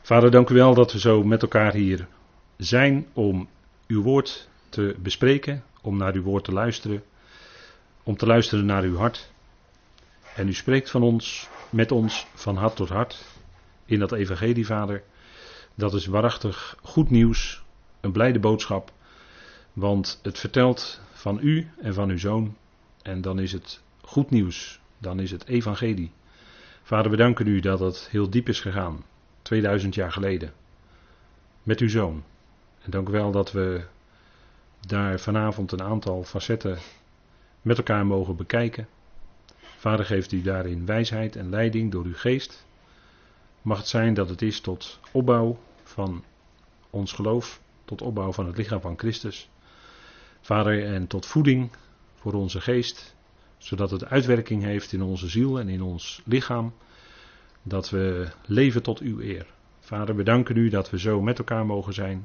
Vader, dank u wel dat we zo met elkaar hier zijn om uw woord te bespreken, om naar uw woord te luisteren, om te luisteren naar uw hart. En u spreekt van ons, met ons, van hart tot hart, in dat evangelie, Vader. Dat is waarachtig goed nieuws, een blijde boodschap, want het vertelt van u en van uw zoon. En dan is het goed nieuws, dan is het evangelie. Vader, we danken u dat het heel diep is gegaan, 2000 jaar geleden, met uw zoon. En dank u wel dat we daar vanavond een aantal facetten met elkaar mogen bekijken. Vader, geeft u daarin wijsheid en leiding door uw geest. Mag het zijn dat het is tot opbouw van ons geloof, tot opbouw van het lichaam van Christus. Vader, en tot voeding voor onze geest, zodat het uitwerking heeft in onze ziel en in ons lichaam, dat we leven tot uw eer. Vader, we danken u dat we zo met elkaar mogen zijn.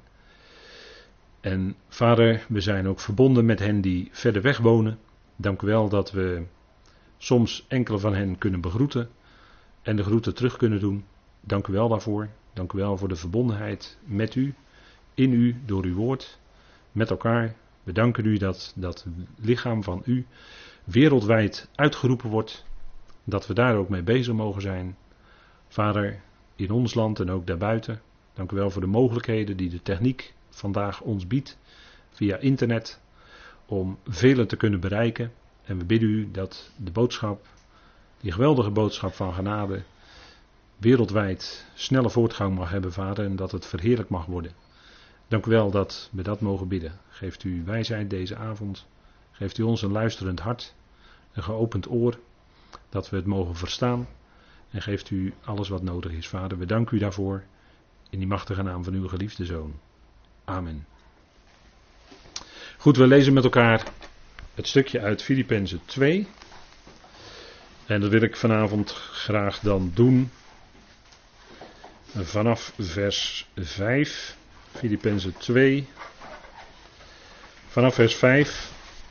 En Vader, we zijn ook verbonden met hen die verder weg wonen. Dank u wel dat we soms enkele van hen kunnen begroeten en de groeten terug kunnen doen. Dank u wel daarvoor. Dank u wel voor de verbondenheid met u, in u, door uw woord, met elkaar. We danken u dat dat lichaam van u wereldwijd uitgeroepen wordt, dat we daar ook mee bezig mogen zijn. Vader, in ons land en ook daarbuiten, dank u wel voor de mogelijkheden die de techniek vandaag ons biedt, via internet, om velen te kunnen bereiken. En we bidden u dat de boodschap, die geweldige boodschap van genade, wereldwijd snelle voortgang mag hebben, Vader, en dat het verheerlijk mag worden. Dank u wel dat we dat mogen bidden. Geeft u wijsheid deze avond. Geeft u ons een luisterend hart, een geopend oor, dat we het mogen verstaan. En geeft u alles wat nodig is, Vader. We danken u daarvoor, in die machtige naam van uw geliefde Zoon. Amen. Goed, we lezen met elkaar het stukje uit Filippenzen 2. En dat wil ik vanavond graag dan doen vanaf vers 5. Filippenzen 2. Vanaf vers 5.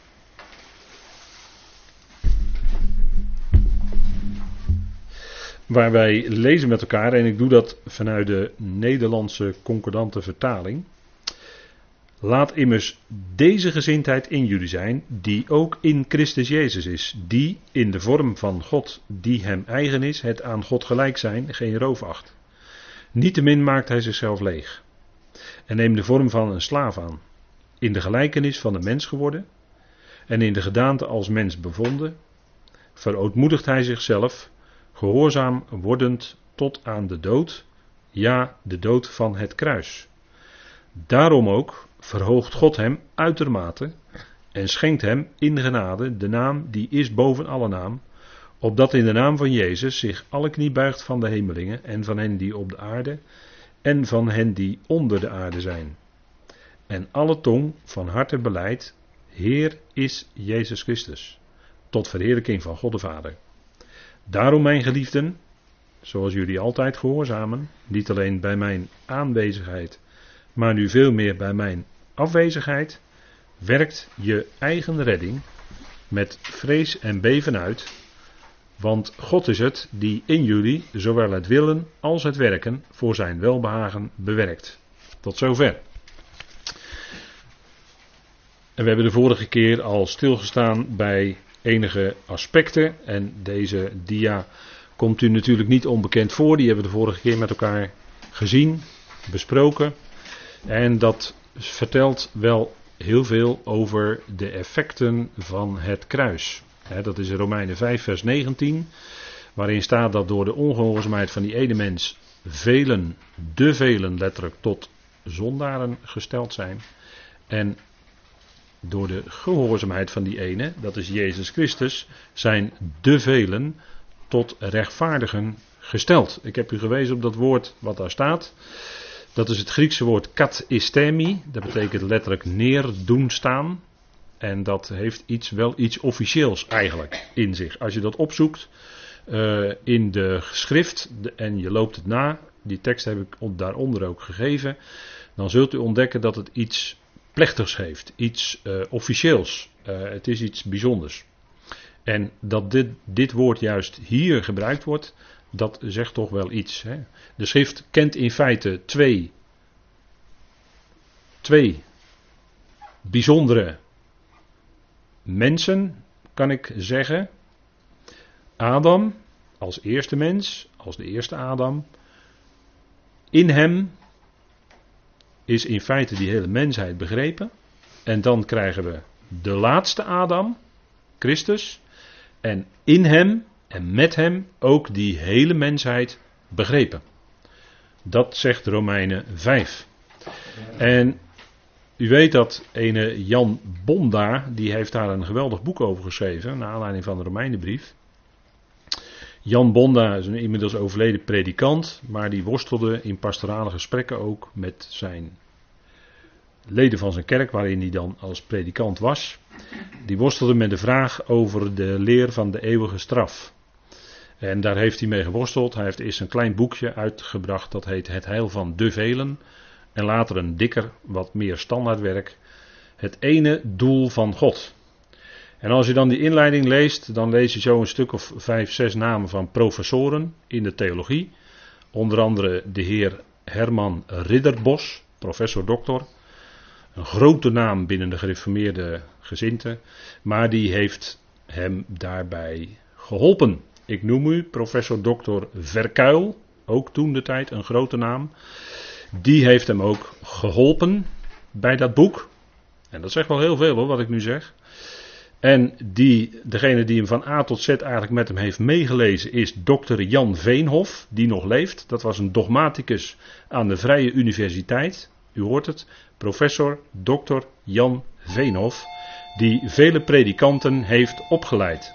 Waar wij lezen met elkaar, en ik doe dat vanuit de Nederlandse concordante vertaling. Laat immers deze gezindheid in jullie zijn, die ook in Christus Jezus is, die in de vorm van God, die hem eigen is, het aan God gelijk zijn, geen roof acht. Niettemin maakt hij zichzelf leeg en neemt de vorm van een slaaf aan, in de gelijkenis van een mens geworden en in de gedaante als mens bevonden, verootmoedigt hij zichzelf, gehoorzaam wordend tot aan de dood, ja, de dood van het kruis. Daarom ook verhoogt God hem uitermate en schenkt hem in genade de naam die is boven alle naam, opdat in de naam van Jezus zich alle knie buigt van de hemelingen en van hen die op de aarde en van hen die onder de aarde zijn. En alle tong van harte belijdt, Heer is Jezus Christus, tot verheerlijking van God de Vader. Daarom, mijn geliefden, zoals jullie altijd gehoorzamen, niet alleen bij mijn aanwezigheid, maar nu veel meer bij mijn afwezigheid, werkt je eigen redding met vrees en beven uit, want God is het die in jullie zowel het willen als het werken voor zijn welbehagen bewerkt. Tot zover. En we hebben de vorige keer al stilgestaan bij enige aspecten en deze dia komt u natuurlijk niet onbekend voor. Die hebben we de vorige keer met elkaar gezien, besproken. En dat vertelt wel heel veel over de effecten van het kruis. Dat is in Romeinen 5 vers 19, waarin staat dat door de ongehoorzaamheid van die ene mens velen letterlijk tot zondaren gesteld zijn. En door de gehoorzaamheid van die ene, dat is Jezus Christus, zijn de velen tot rechtvaardigen gesteld. Ik heb u gewezen op dat woord wat daar staat. Dat is het Griekse woord katistemi. Dat betekent letterlijk neer doen staan. En dat heeft wel iets officieels eigenlijk in zich. Als je dat opzoekt in de schrift en je loopt het na. Die tekst heb ik daaronder ook gegeven. Dan zult u ontdekken dat het iets plechtigs heeft. Iets officieels. Het is iets bijzonders. En dat dit woord juist hier gebruikt wordt, Dat zegt toch wel iets. Hè? De schrift kent in feite twee bijzondere mensen, kan ik zeggen. Adam als eerste mens, als de eerste Adam. In hem is in feite die hele mensheid begrepen. En dan krijgen we de laatste Adam, Christus. En in hem en met hem ook die hele mensheid begrepen. Dat zegt Romeinen 5. En u weet dat ene Jan Bonda, die heeft daar een geweldig boek over geschreven, naar aanleiding van de Romeinenbrief. Jan Bonda is een inmiddels overleden predikant, maar die worstelde in pastorale gesprekken ook met zijn leden van zijn kerk, waarin hij dan als predikant was. Die worstelde met de vraag over de leer van de eeuwige straf. En daar heeft hij mee geworsteld. Hij heeft eerst een klein boekje uitgebracht, dat heet Het Heil van de Velen. En later een dikker, wat meer standaardwerk. Het ene doel van God. En als je dan die inleiding leest, dan lees je zo een stuk of 5, 6 namen van professoren in de theologie. Onder andere de heer Herman Ridderbos, professor doctor. Een grote naam binnen de gereformeerde gezindte. Maar die heeft hem daarbij geholpen. Ik noem u professor dokter Verkuil, ook toen de tijd een grote naam. Die heeft hem ook geholpen bij dat boek. En dat zegt wel heel veel hoor, wat ik nu zeg. En degene die hem van A tot Z eigenlijk met hem heeft meegelezen is dokter Jan Veenhof, die nog leeft. Dat was een dogmaticus aan de Vrije Universiteit. U hoort het, professor dokter Jan Veenhof, die vele predikanten heeft opgeleid.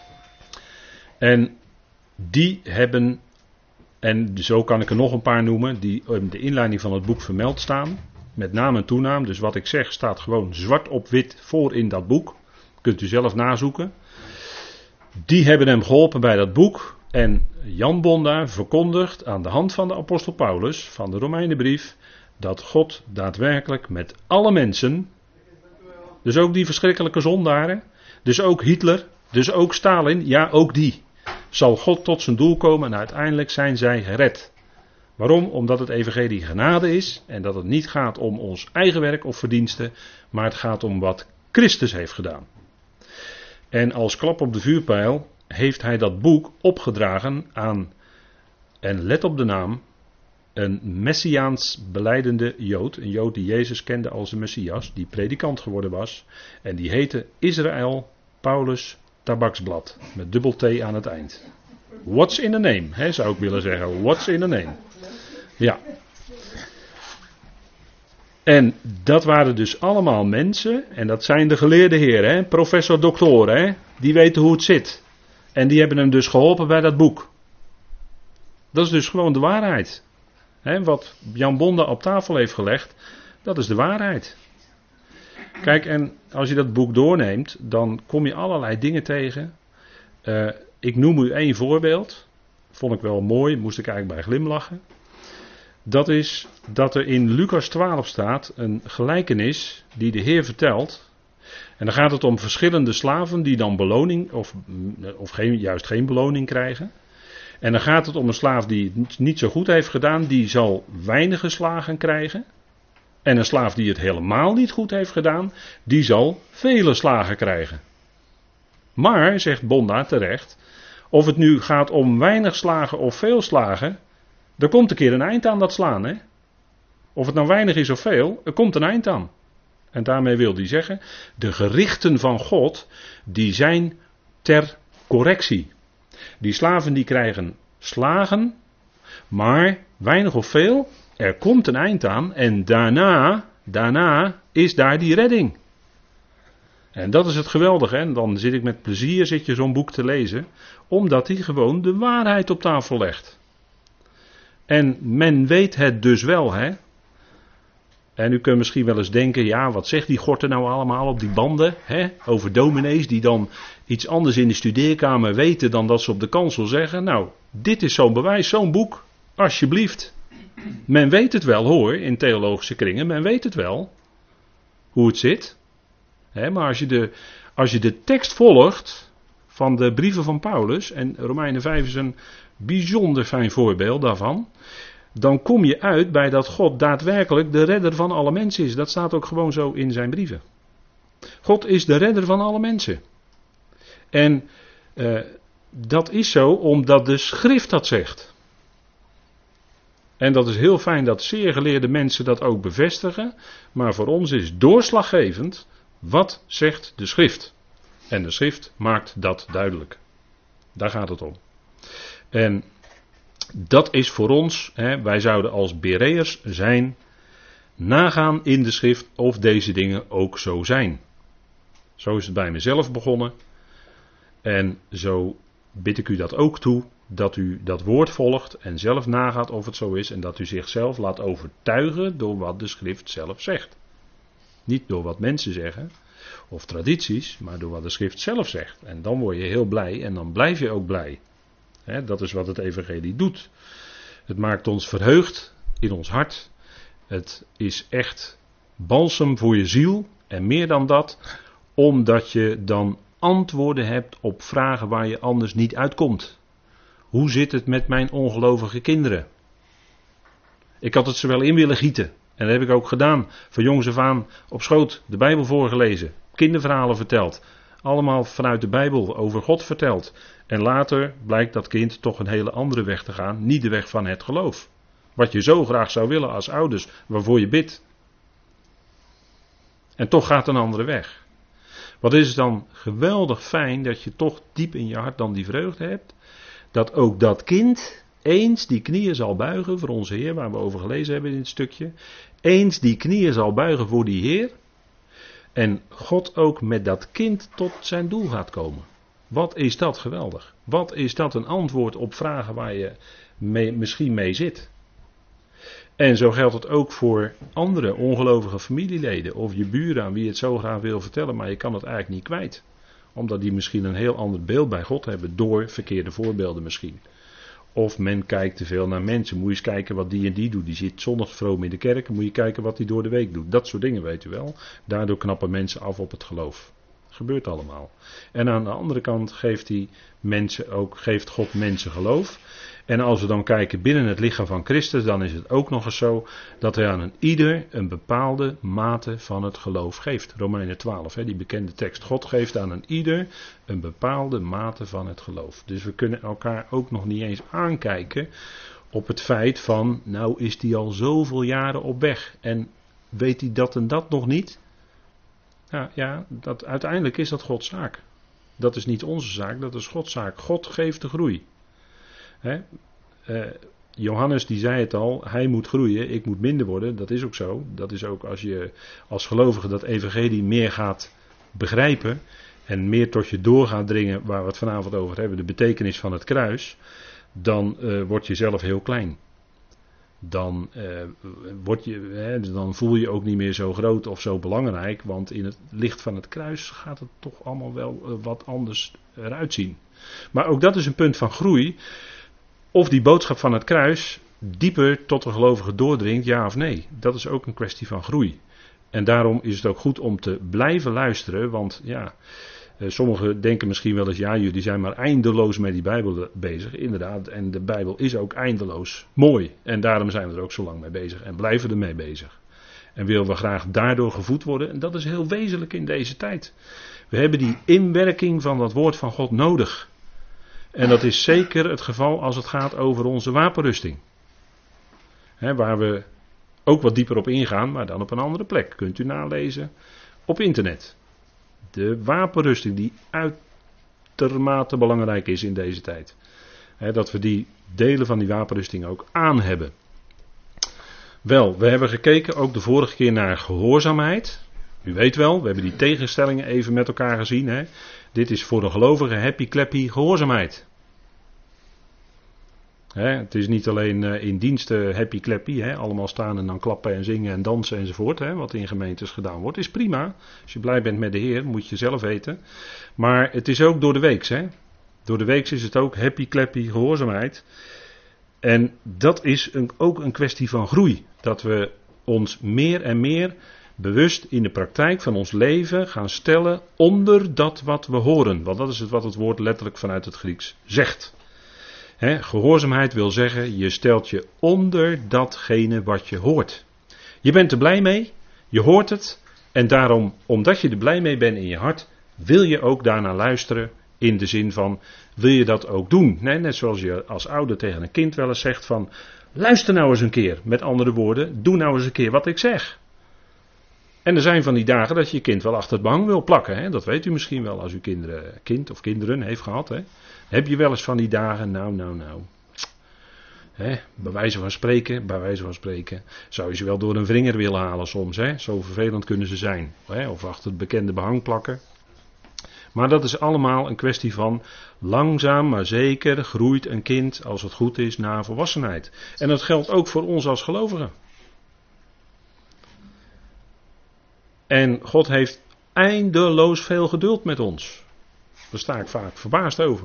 En die hebben, en zo kan ik er nog een paar noemen, die in de inleiding van het boek vermeld staan. Met naam en toenaam, dus wat ik zeg staat gewoon zwart op wit voor in dat boek. Kunt u zelf nazoeken. Die hebben hem geholpen bij dat boek. En Jan Bonda verkondigt aan de hand van de apostel Paulus, van de Romeinenbrief, dat God daadwerkelijk met alle mensen, dus ook die verschrikkelijke zondaren, dus ook Hitler, dus ook Stalin, ja ook die, zal God tot zijn doel komen en uiteindelijk zijn zij gered. Waarom? Omdat het evangelie genade is en dat het niet gaat om ons eigen werk of verdiensten, maar het gaat om wat Christus heeft gedaan. En als klap op de vuurpijl heeft hij dat boek opgedragen aan, en let op de naam, een Messiaans belijdende Jood. Een Jood die Jezus kende als de Messias, die predikant geworden was. En die heette Israël Paulus Tabaksblad, met dubbel T aan het eind. What's in the name, zou ik willen zeggen. What's in the name. Ja. En dat waren dus allemaal mensen, en dat zijn de geleerde heren, professor doktoren, die weten hoe het zit. En die hebben hem dus geholpen bij dat boek. Dat is dus gewoon de waarheid. Wat Jan Bonda op tafel heeft gelegd, dat is de waarheid. Kijk, en als je dat boek doorneemt, dan kom je allerlei dingen tegen. Ik noem u één voorbeeld. Vond ik wel mooi, moest ik eigenlijk bij glimlachen. Dat is dat er in Lucas 12 staat een gelijkenis die de Heer vertelt. En dan gaat het om verschillende slaven die dan beloning of juist geen beloning krijgen. En dan gaat het om een slaaf die het niet zo goed heeft gedaan, die zal weinige slagen krijgen. En een slaaf die het helemaal niet goed heeft gedaan, die zal vele slagen krijgen. Maar, zegt Bonda terecht, of het nu gaat om weinig slagen of veel slagen, er komt een keer een eind aan dat slaan. Hè? Of het nou weinig is of veel, er komt een eind aan. En daarmee wil hij zeggen, de gerichten van God, die zijn ter correctie. Die slaven die krijgen slagen, maar weinig of veel, er komt een eind aan en daarna is daar die redding. En dat is het geweldige. En dan zit ik met plezier zo'n boek te lezen, omdat hij gewoon de waarheid op tafel legt. En men weet het dus wel, hè. En u kunt misschien wel eens denken, ja, wat zegt die Gorter nou allemaal op die banden, hè? Over dominees die dan iets anders in de studeerkamer weten dan dat ze op de kansel zeggen. Nou, dit is zo'n bewijs, zo'n boek, alsjeblieft. Men weet het wel hoor, in theologische kringen, men weet het wel, hoe het zit. Hè, maar als je de tekst volgt, van de brieven van Paulus, en Romeinen 5 is een bijzonder fijn voorbeeld daarvan, dan kom je uit bij dat God daadwerkelijk de redder van alle mensen is. Dat staat ook gewoon zo in zijn brieven. God is de redder van alle mensen. En dat is zo omdat de schrift dat zegt. En dat is heel fijn dat zeer geleerde mensen dat ook bevestigen. Maar voor ons is doorslaggevend, wat zegt de schrift? En de schrift maakt dat duidelijk. Daar gaat het om. En dat is voor ons, wij zouden als Bereërs zijn, nagaan in de schrift of deze dingen ook zo zijn. Zo is het bij mezelf begonnen. En zo bid ik u dat ook toe, dat u dat woord volgt en zelf nagaat of het zo is. En dat u zichzelf laat overtuigen door wat de schrift zelf zegt. Niet door wat mensen zeggen of tradities, maar door wat de schrift zelf zegt. En dan word je heel blij en dan blijf je ook blij. Dat is wat het evangelie doet. Het maakt ons verheugd in ons hart. Het is echt balsem voor je ziel. En meer dan dat, omdat je dan antwoorden hebt op vragen waar je anders niet uitkomt. Hoe zit het met mijn ongelovige kinderen? Ik had het ze wel in willen gieten. En dat heb ik ook gedaan. Van jongs af aan op schoot de Bijbel voorgelezen. Kinderverhalen verteld. Allemaal vanuit de Bijbel over God verteld. En later blijkt dat kind toch een hele andere weg te gaan. Niet de weg van het geloof. Wat je zo graag zou willen als ouders. Waarvoor je bidt. En toch gaat een andere weg. Wat is het dan geweldig fijn dat je toch diep in je hart dan die vreugde hebt. Dat ook dat kind eens die knieën zal buigen voor onze Heer. Waar we over gelezen hebben in het stukje. Eens die knieën zal buigen voor die Heer. En God ook met dat kind tot zijn doel gaat komen. Wat is dat geweldig. Wat is dat een antwoord op vragen waar je misschien mee zit. En zo geldt het ook voor andere ongelovige familieleden. Of je buren aan wie je het zo graag wil vertellen, maar je kan het eigenlijk niet kwijt. Omdat die misschien een heel ander beeld bij God hebben door verkeerde voorbeelden misschien. Of men kijkt te veel naar mensen. Moet je eens kijken wat die en die doet. Die zit zondags vroom in de kerk. Moet je kijken wat die door de week doet. Dat soort dingen weet u wel. Daardoor knappen mensen af op het geloof. Gebeurt allemaal. En aan de andere kant geeft God mensen geloof. En als we dan kijken binnen het lichaam van Christus, dan is het ook nog eens zo dat hij aan een ieder een bepaalde mate van het geloof geeft. Romeinen 12, die bekende tekst. God geeft aan een ieder een bepaalde mate van het geloof. Dus we kunnen elkaar ook nog niet eens aankijken op het feit van, nou is die al zoveel jaren op weg en weet hij dat en dat nog niet? Uiteindelijk is dat Gods zaak. Dat is niet onze zaak, dat is Gods zaak. God geeft de groei. Johannes die zei het al, hij moet groeien, ik moet minder worden, dat is ook zo. Dat is ook als je als gelovige dat evangelie meer gaat begrijpen en meer tot je door gaat dringen, waar we het vanavond over hebben, de betekenis van het kruis, dan word je zelf heel klein. Dan voel je ook niet meer zo groot of zo belangrijk, want in het licht van het kruis gaat het toch allemaal wel wat anders eruit zien. Maar ook dat is een punt van groei. Of die boodschap van het kruis dieper tot de gelovige doordringt, ja of nee. Dat is ook een kwestie van groei. En daarom is het ook goed om te blijven luisteren, want sommigen denken misschien wel eens, jullie zijn maar eindeloos met die Bijbel bezig. Inderdaad, en de Bijbel is ook eindeloos mooi. En daarom zijn we er ook zo lang mee bezig en blijven ermee bezig. En willen we graag daardoor gevoed worden, en dat is heel wezenlijk in deze tijd. We hebben die inwerking van dat woord van God nodig. En dat is zeker het geval als het gaat over onze wapenrusting. Waar we ook wat dieper op ingaan, maar dan op een andere plek. Kunt u nalezen op internet. De wapenrusting die uitermate belangrijk is in deze tijd. Dat we die delen van die wapenrusting ook aan hebben. Wel, we hebben gekeken ook de vorige keer naar gehoorzaamheid. U weet wel, we hebben die tegenstellingen even met elkaar gezien. Dit is voor de gelovige happy clappy gehoorzaamheid. Het is niet alleen in diensten happy clappy, allemaal staan en dan klappen en zingen en dansen enzovoort, wat in gemeentes gedaan wordt, is prima. Als je blij bent met de Heer, moet je zelf weten. Maar het is ook door de weeks. Door de weeks is het ook happy clappy gehoorzaamheid. En dat is ook een kwestie van groei. Dat we ons meer en meer bewust in de praktijk van ons leven gaan stellen onder dat wat we horen. Want dat is wat het woord letterlijk vanuit het Grieks zegt. Gehoorzaamheid wil zeggen, je stelt je onder datgene wat je hoort. Je bent er blij mee, je hoort het. En daarom, omdat je er blij mee bent in je hart, wil je ook daarnaar luisteren. In de zin van, wil je dat ook doen? Nee, net zoals je als ouder tegen een kind wel eens zegt van, luister nou eens een keer. Met andere woorden, doe nou eens een keer wat ik zeg. En er zijn van die dagen dat je je kind wel achter het behang wil plakken. Hè? Dat weet u misschien wel als u kind of kinderen heeft gehad. Hè? Heb je wel eens van die dagen, nou. Bij wijze van spreken, zou je ze wel door een vinger willen halen soms. Hè? Zo vervelend kunnen ze zijn. Hè? Of achter het bekende behang plakken. Maar dat is allemaal een kwestie van langzaam maar zeker groeit een kind, als het goed is, naar volwassenheid. En dat geldt ook voor ons als gelovigen. En God heeft eindeloos veel geduld met ons. Daar sta ik vaak verbaasd over.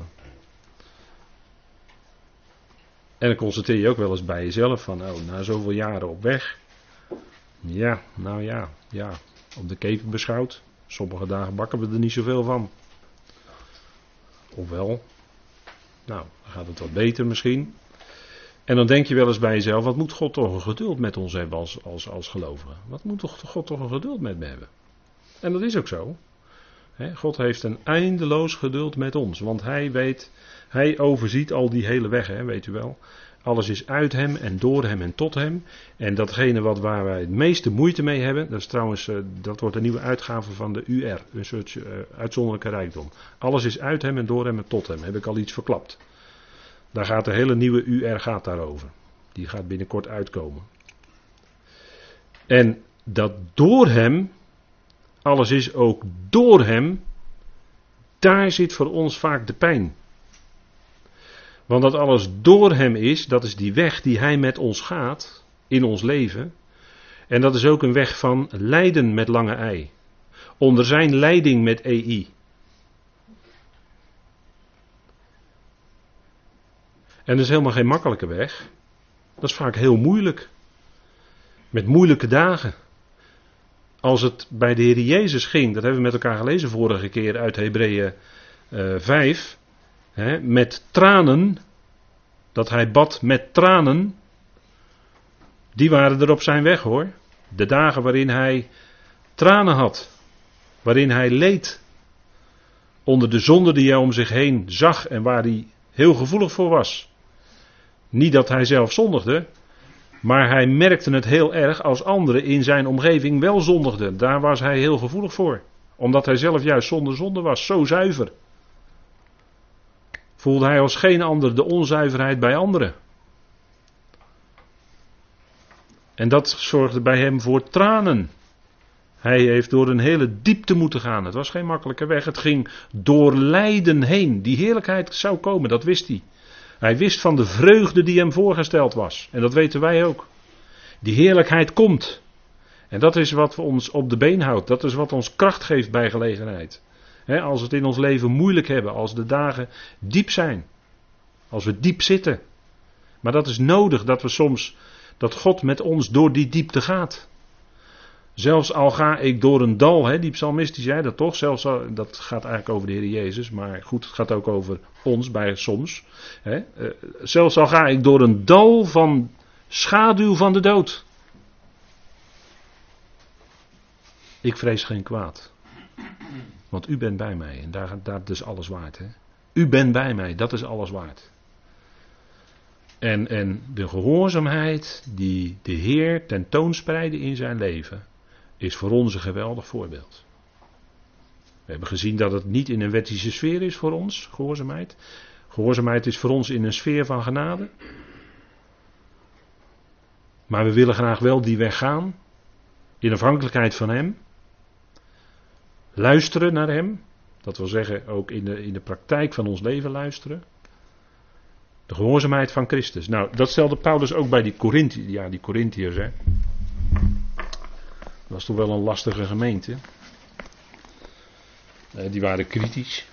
En dan constateer je ook wel eens bij jezelf van, na zoveel jaren op weg. Ja, op de keper beschouwd. Sommige dagen bakken we er niet zoveel van. Ofwel, dan gaat het wat beter misschien. En dan denk je wel eens bij jezelf, wat moet God toch een geduld met ons hebben als gelovigen? Wat moet God toch een geduld met me hebben? En dat is ook zo. God heeft een eindeloos geduld met ons. Want hij overziet al die hele weg, weet u wel. Alles is uit hem en door hem en tot hem. En datgene waar wij het meeste moeite mee hebben, dat is trouwens, dat wordt een nieuwe uitgave van de UR, een soort uitzonderlijke rijkdom. Alles is uit hem en door hem en tot hem, heb ik al iets verklapt. Daar gaat de hele nieuwe UR daarover. Die gaat binnenkort uitkomen. En dat door hem, alles is ook door hem, daar zit voor ons vaak de pijn. Want dat alles door hem is, dat is die weg die hij met ons gaat, in ons leven. En dat is ook een weg van lijden met lange ei. Onder zijn leiding met EI. En dat is helemaal geen makkelijke weg. Dat is vaak heel moeilijk. Met moeilijke dagen. Als het bij de Heer Jezus ging, dat hebben we met elkaar gelezen vorige keer uit Hebreeën 5. Met tranen, dat hij bad met tranen, die waren er op zijn weg hoor. De dagen waarin hij tranen had, waarin hij leed onder de zonde die hij om zich heen zag en waar hij heel gevoelig voor was. Niet dat hij zelf zondigde, maar hij merkte het heel erg als anderen in zijn omgeving wel zondigden. Daar was hij heel gevoelig voor, omdat hij zelf juist zonder zonde was, zo zuiver. Voelde hij als geen ander de onzuiverheid bij anderen. En dat zorgde bij hem voor tranen. Hij heeft door een hele diepte moeten gaan. Het was geen makkelijke weg. Het ging door lijden heen. Die heerlijkheid zou komen, dat wist hij. Hij wist van de vreugde die hem voorgesteld was. En dat weten wij ook. Die heerlijkheid komt. En dat is wat ons op de been houdt. Dat is wat ons kracht geeft bij gelegenheid. Als we het in ons leven moeilijk hebben, als de dagen diep zijn, als we diep zitten. Maar dat is nodig dat God met ons door die diepte gaat. Zelfs al ga ik door een dal, die psalmist die zei dat toch, dat gaat eigenlijk over de Heer Jezus, maar goed, het gaat ook over ons bij soms. Zelfs al ga ik door een dal van schaduw van de dood. Ik vrees geen kwaad. Want u bent bij mij en dat is alles waard. U bent bij mij, dat is alles waard. En de gehoorzaamheid die de Heer tentoonspreidde in zijn leven, is voor ons een geweldig voorbeeld. We hebben gezien dat het niet in een wettische sfeer is voor ons, gehoorzaamheid. Gehoorzaamheid is voor ons in een sfeer van genade. Maar we willen graag wel die weg gaan, in afhankelijkheid van Hem. Luisteren naar Hem, dat wil zeggen ook in de praktijk van ons leven luisteren. De gehoorzaamheid van Christus. Nou, dat stelde Paulus ook bij die Corinthiërs. Ja, die Corinthiërs, Dat was toch wel een lastige gemeente. Die waren kritisch.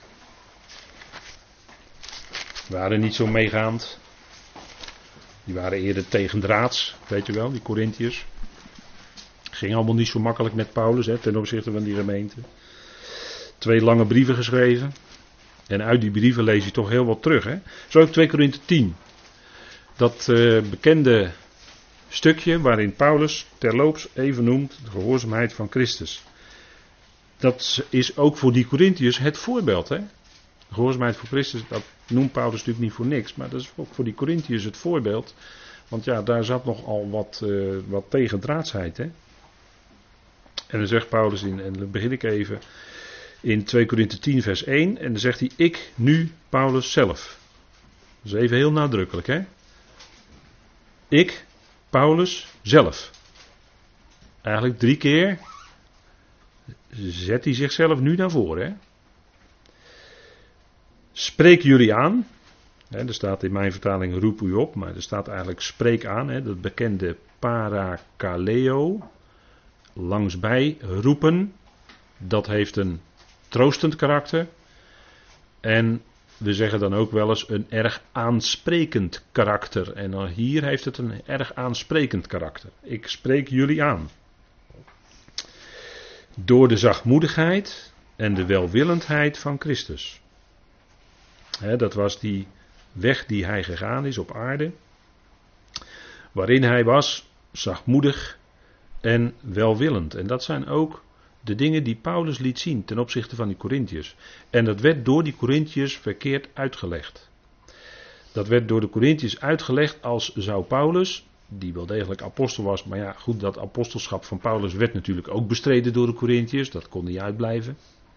Waren niet zo meegaand. Die waren eerder tegendraads, weet je wel, die Corinthiërs. ging allemaal niet zo makkelijk met Paulus ten opzichte van die gemeente. 2 lange brieven geschreven. En uit die brieven lees je toch heel wat terug. Hè? Zo ook 2 Korinthe 10. Dat bekende stukje waarin Paulus terloops even noemt de gehoorzaamheid van Christus. Dat is ook voor die Korinthiërs het voorbeeld. Hè? De gehoorzaamheid voor Christus, dat noemt Paulus natuurlijk niet voor niks. Maar dat is ook voor die Korinthiërs het voorbeeld. Want ja, daar zat nogal wat tegendraadsheid. Hè? En dan zegt Paulus en dan begin ik even in 2 Korinthe 10 vers 1. En dan zegt hij, ik nu Paulus zelf. Dat is even heel nadrukkelijk. Hè? Ik, Paulus zelf. Eigenlijk 3 keer zet hij zichzelf nu naar voren. Hè? Spreek jullie aan. Er staat in mijn vertaling roep u op, maar er staat eigenlijk spreek aan. Hè? Dat bekende parakaleo. Langsbij roepen. Dat heeft een troostend karakter. En we zeggen dan ook wel eens een erg aansprekend karakter. En dan hier heeft het een erg aansprekend karakter. Ik spreek jullie aan. Door de zachtmoedigheid en de welwillendheid van Christus. Dat was die weg die hij gegaan is op aarde. Waarin hij was zachtmoedig en welwillend. En dat zijn ook de dingen die Paulus liet zien ten opzichte van die Korinthiërs. En dat werd door die Korinthiërs verkeerd uitgelegd. Dat werd door de Korinthiërs uitgelegd als zou Paulus, die wel degelijk apostel was, maar ja goed, dat apostelschap van Paulus werd natuurlijk ook bestreden door de Korinthiërs, dat kon niet uitblijven.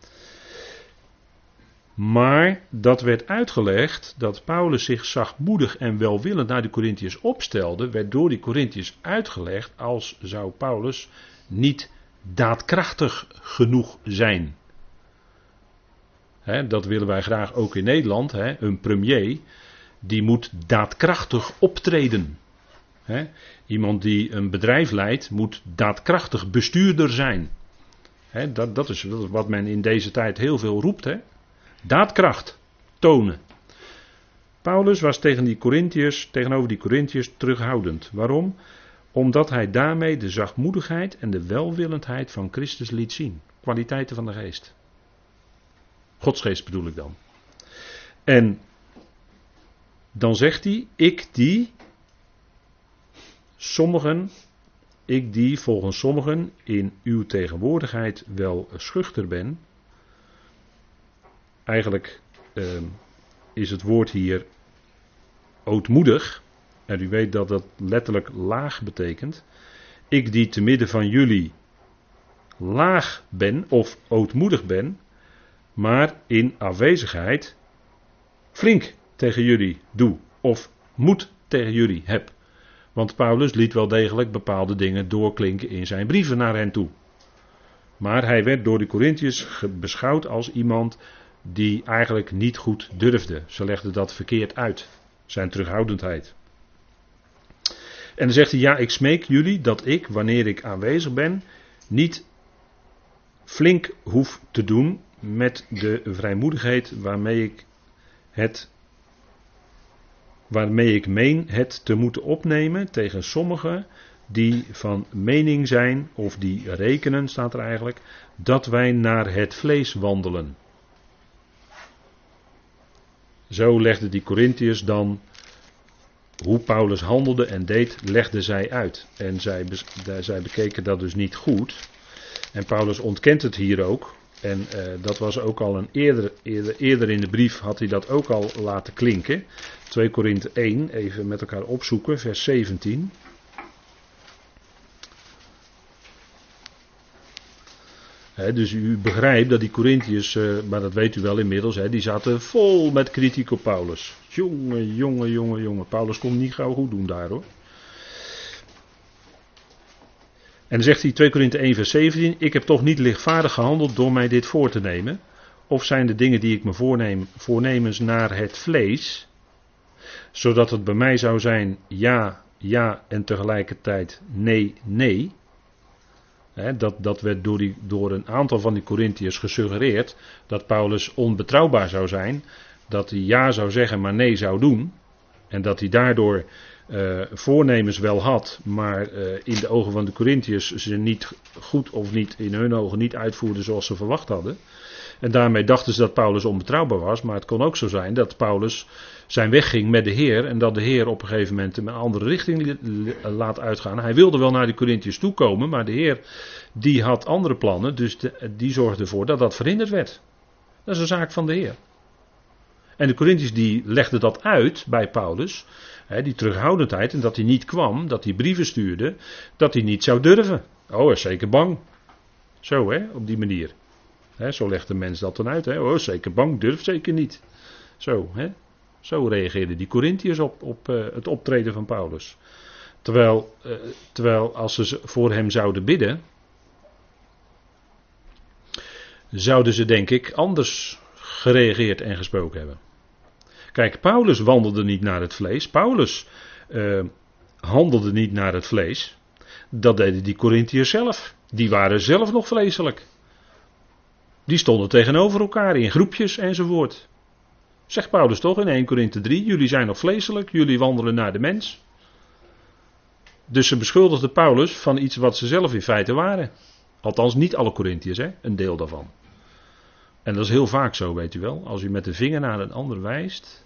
Maar dat werd uitgelegd dat Paulus zich zachtmoedig en welwillend naar de Korinthiërs opstelde, werd door die Korinthiërs uitgelegd als zou Paulus niet daadkrachtig genoeg zijn. Dat willen wij graag ook in Nederland. Een premier die moet daadkrachtig optreden. Iemand die een bedrijf leidt moet daadkrachtig bestuurder zijn. Dat is wat men in deze tijd heel veel roept. Daadkracht tonen. Paulus was tegenover die Korinthiërs terughoudend. Waarom? Omdat hij daarmee de zachtmoedigheid en de welwillendheid van Christus liet zien. Kwaliteiten van de geest. Godsgeest bedoel ik dan. En dan zegt hij, ik die volgens sommigen in uw tegenwoordigheid wel schuchter ben. Eigenlijk is het woord hier ootmoedig. En u weet dat dat letterlijk laag betekent. Ik die te midden van jullie laag ben of ootmoedig ben, maar in afwezigheid flink tegen jullie doe of moed tegen jullie heb. Want Paulus liet wel degelijk bepaalde dingen doorklinken in zijn brieven naar hen toe. Maar hij werd door de Korinthiërs beschouwd als iemand die eigenlijk niet goed durfde. Ze legden dat verkeerd uit, zijn terughoudendheid. En dan zegt hij, ja, ik smeek jullie dat ik, wanneer ik aanwezig ben, niet flink hoef te doen met de vrijmoedigheid waarmee ik meen het te moeten opnemen tegen sommigen die van mening zijn, of die rekenen, staat er eigenlijk, dat wij naar het vlees wandelen. Zo legden die Korinthiërs dan hoe Paulus handelde en deed, legden zij uit. En zij bekeken dat dus niet goed. En Paulus ontkent het hier ook. En dat was ook al eerder in de brief had hij dat ook al laten klinken. 2 Korinthe 1, even met elkaar opzoeken, vers 17. Dus u begrijpt dat die Korinthiërs, maar dat weet u wel inmiddels, die zaten vol met kritiek op Paulus. Jongen. Paulus kon niet gauw goed doen daar hoor. En dan zegt hij 2 Korinthe 1 vers 17, ik heb toch niet lichtvaardig gehandeld door mij dit voor te nemen. Of zijn de dingen die ik me voornemens naar het vlees, zodat het bij mij zou zijn ja en tegelijkertijd nee. Dat werd door een aantal van die Korinthiërs gesuggereerd dat Paulus onbetrouwbaar zou zijn, dat hij ja zou zeggen maar nee zou doen en dat hij daardoor voornemens wel had, maar in de ogen van de Corinthiërs ze niet goed of niet in hun ogen niet uitvoerden zoals ze verwacht hadden. En daarmee dachten ze dat Paulus onbetrouwbaar was, maar het kon ook zo zijn dat Paulus zijn weg ging met de Heer en dat de Heer op een gegeven moment een andere richting laat uitgaan. Hij wilde wel naar de Corinthiërs toekomen, maar de Heer die had andere plannen, dus die zorgde ervoor dat dat verhinderd werd. Dat is een zaak van de Heer. En de Corinthiërs die legden dat uit bij Paulus, die terughoudendheid en dat hij niet kwam, dat hij brieven stuurde, dat hij niet zou durven. Oh, hij is zeker bang. Zo op die manier. Zo legt de mens dat dan uit. Oh, zeker bang, durft zeker niet. Zo reageerden die Corinthiërs op het optreden van Paulus. Terwijl als ze voor hem zouden bidden, zouden ze denk ik anders gereageerd en gesproken hebben. Kijk, Paulus wandelde niet naar het vlees. Paulus handelde niet naar het vlees. Dat deden die Corinthiërs zelf. Die waren zelf nog vleeselijk. Die stonden tegenover elkaar in groepjes enzovoort. Zegt Paulus toch in 1 Korinthe 3, jullie zijn nog vleeselijk, jullie wandelen naar de mens. Dus ze beschuldigden Paulus van iets wat ze zelf in feite waren. Althans niet alle Corinthiërs, een deel daarvan. En dat is heel vaak zo, weet u wel. Als u met de vinger naar een ander wijst,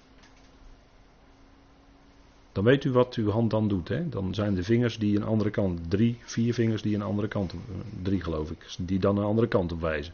dan weet u wat uw hand dan doet. Dan zijn de vingers die een andere kant, 4 vingers die een andere kant, 3 geloof ik, die dan een andere kant op wijzen.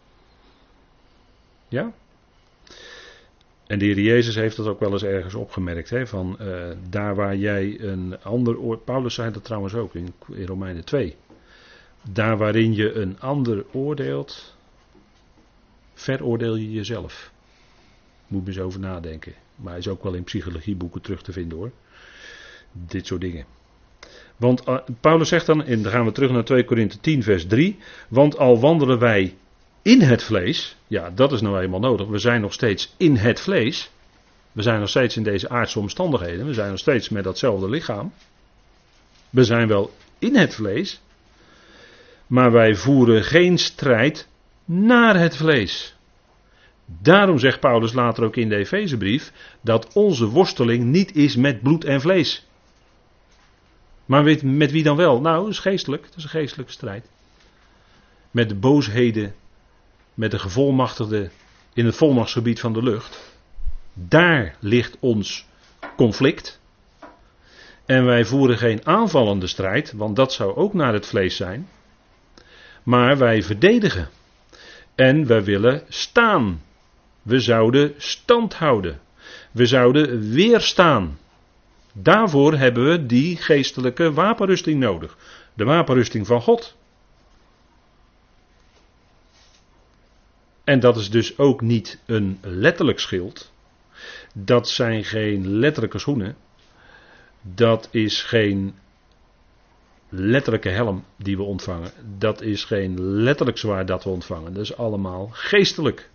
Ja? En de Heer Jezus heeft dat ook wel eens ergens opgemerkt. Van daar waar jij een ander oordeel. Paulus zei dat trouwens ook in Romeinen 2. Daar waarin je een ander oordeelt, veroordeel je jezelf. Moet je eens over nadenken. Maar hij is ook wel in psychologieboeken terug te vinden hoor. Dit soort dingen. Want Paulus zegt dan, en dan gaan we terug naar 2 Korinthe 10 vers 3. Want al wandelen wij in het vlees, ja dat is nou eenmaal nodig. We zijn nog steeds in het vlees. We zijn nog steeds in deze aardse omstandigheden. We zijn nog steeds met datzelfde lichaam. We zijn wel in het vlees. Maar wij voeren geen strijd naar het vlees. Daarom zegt Paulus later ook in de Efezebrief dat onze worsteling niet is met bloed en vlees. Maar met wie dan wel? Nou, dat is geestelijk. Dat is een geestelijke strijd. Met de boosheden, met de gevolmachtigden in het volmachtsgebied van de lucht. Daar ligt ons conflict. En wij voeren geen aanvallende strijd, want dat zou ook naar het vlees zijn. Maar wij verdedigen. En wij willen staan. We zouden stand houden. We zouden weerstaan. Daarvoor hebben we die geestelijke wapenrusting nodig. De wapenrusting van God. En dat is dus ook niet een letterlijk schild. Dat zijn geen letterlijke schoenen. Dat is geen letterlijke helm die we ontvangen. Dat is geen letterlijk zwaard dat we ontvangen. Dat is allemaal geestelijk.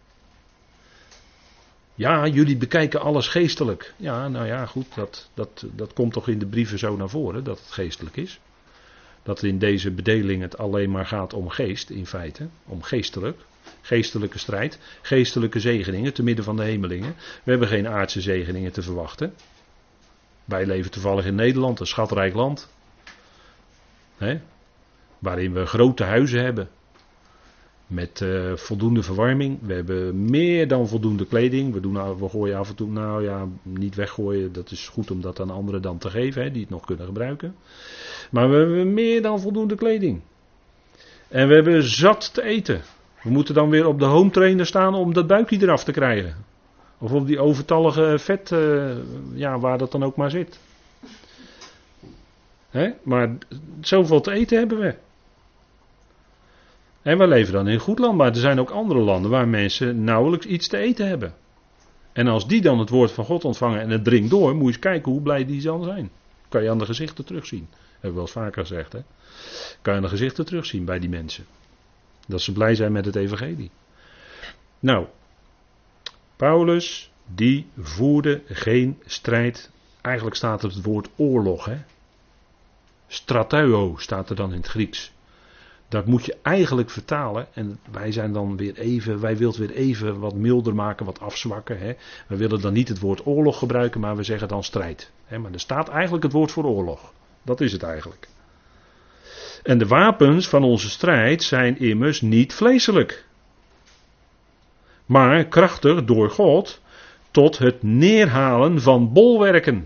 Ja, jullie bekijken alles geestelijk. Ja, nou ja, goed, dat komt toch in de brieven zo naar voren, dat het geestelijk is. Dat in deze bedeling het alleen maar gaat om geest, in feite. Om geestelijk. Geestelijke strijd. Geestelijke zegeningen, te midden van de hemelingen. We hebben geen aardse zegeningen te verwachten. Wij leven toevallig in Nederland, een schatrijk land. Waarin we grote huizen hebben. Met voldoende verwarming. We hebben meer dan voldoende kleding. We gooien af en toe, nou ja, niet weggooien. Dat is goed om dat aan anderen dan te geven, die het nog kunnen gebruiken. Maar we hebben meer dan voldoende kleding. En we hebben zat te eten. We moeten dan weer op de home trainer staan om dat buikje eraf te krijgen. Of op die overtallige vet, waar dat dan ook maar zit. Maar zoveel te eten hebben we. En we leven dan in een goed land, maar er zijn ook andere landen waar mensen nauwelijks iets te eten hebben. En als die dan het woord van God ontvangen en het dringt door, moet je eens kijken hoe blij die dan zijn. Kan je aan de gezichten terugzien. Dat heb ik wel eens vaker gezegd. Kan je aan de gezichten terugzien bij die mensen. Dat ze blij zijn met het evangelie. Nou, Paulus die voerde geen strijd. Eigenlijk staat er het woord oorlog. Strateuo staat er dan in het Grieks. Dat moet je eigenlijk vertalen. En wij zijn dan weer even, wij willen het weer even wat milder maken, wat afzwakken. Hè. We willen dan niet het woord oorlog gebruiken, maar we zeggen dan strijd. Hè. Maar er staat eigenlijk het woord voor oorlog. Dat is het eigenlijk. En de wapens van onze strijd zijn immers niet vleeselijk, maar krachtig door God tot het neerhalen van bolwerken.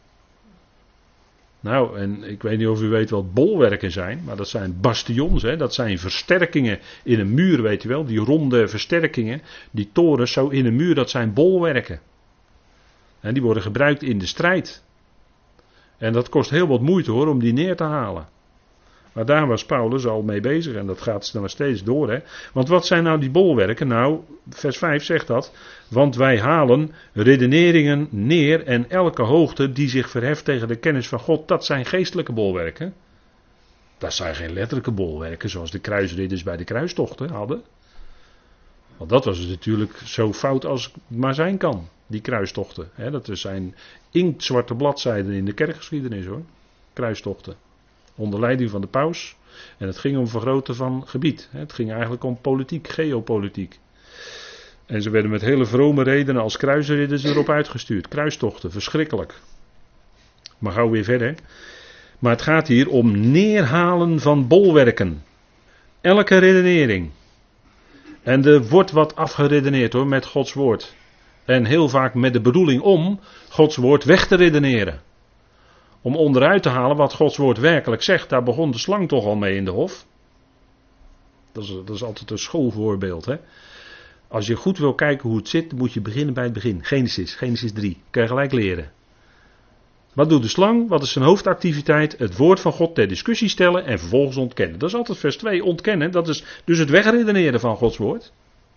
Nou, en ik weet niet of u weet wat bolwerken zijn, maar dat zijn bastions, hè? Dat zijn versterkingen in een muur, weet u wel, die ronde versterkingen, die torens zo in een muur, dat zijn bolwerken. En die worden gebruikt in de strijd. En dat kost heel wat moeite hoor, om die neer te halen. Maar daar was Paulus al mee bezig en dat gaat nog steeds door. Hè? Want wat zijn nou die bolwerken? Nou, vers 5 zegt dat. Want wij halen redeneringen neer en elke hoogte die zich verheft tegen de kennis van God, dat zijn geestelijke bolwerken. Dat zijn geen letterlijke bolwerken zoals de kruisridders bij de kruistochten hadden. Want dat was natuurlijk zo fout als het maar zijn kan, die kruistochten. Hè? Dat zijn inktzwarte bladzijden in de kerkgeschiedenis hoor, kruistochten. Onder leiding van de paus. En het ging om vergroten van gebied. Het ging eigenlijk om politiek, geopolitiek. En ze werden met hele vrome redenen als kruisridders erop uitgestuurd. Kruistochten, verschrikkelijk. Maar gauw weer verder. Maar het gaat hier om neerhalen van bolwerken. Elke redenering. En er wordt wat afgeredeneerd hoor met Gods woord. En heel vaak met de bedoeling om Gods woord weg te redeneren. Om onderuit te halen wat Gods woord werkelijk zegt. Daar begon de slang toch al mee in de hof. Dat is altijd een schoolvoorbeeld. Hè? Als je goed wil kijken hoe het zit, moet je beginnen bij het begin. Genesis 3. Kan je gelijk leren. Wat doet de slang? Wat is zijn hoofdactiviteit? Het woord van God ter discussie stellen en vervolgens ontkennen. Dat is altijd vers 2, ontkennen. Dat is dus het wegredeneren van Gods woord.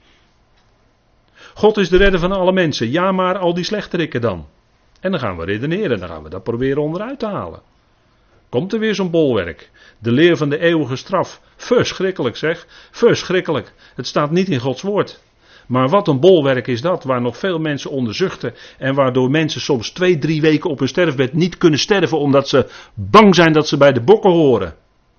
God is de redder van alle mensen. Ja, maar al die slechterikken dan. En dan gaan we redeneren, dan gaan we dat proberen onderuit te halen. Komt er weer zo'n bolwerk. De leer van de eeuwige straf. Verschrikkelijk zeg. Verschrikkelijk. Het staat niet in Gods woord. Maar wat een bolwerk is dat, waar nog veel mensen onder zuchten. En waardoor mensen soms 2-3 weken op hun sterfbed niet kunnen sterven. Omdat ze bang zijn dat ze bij de bokken horen.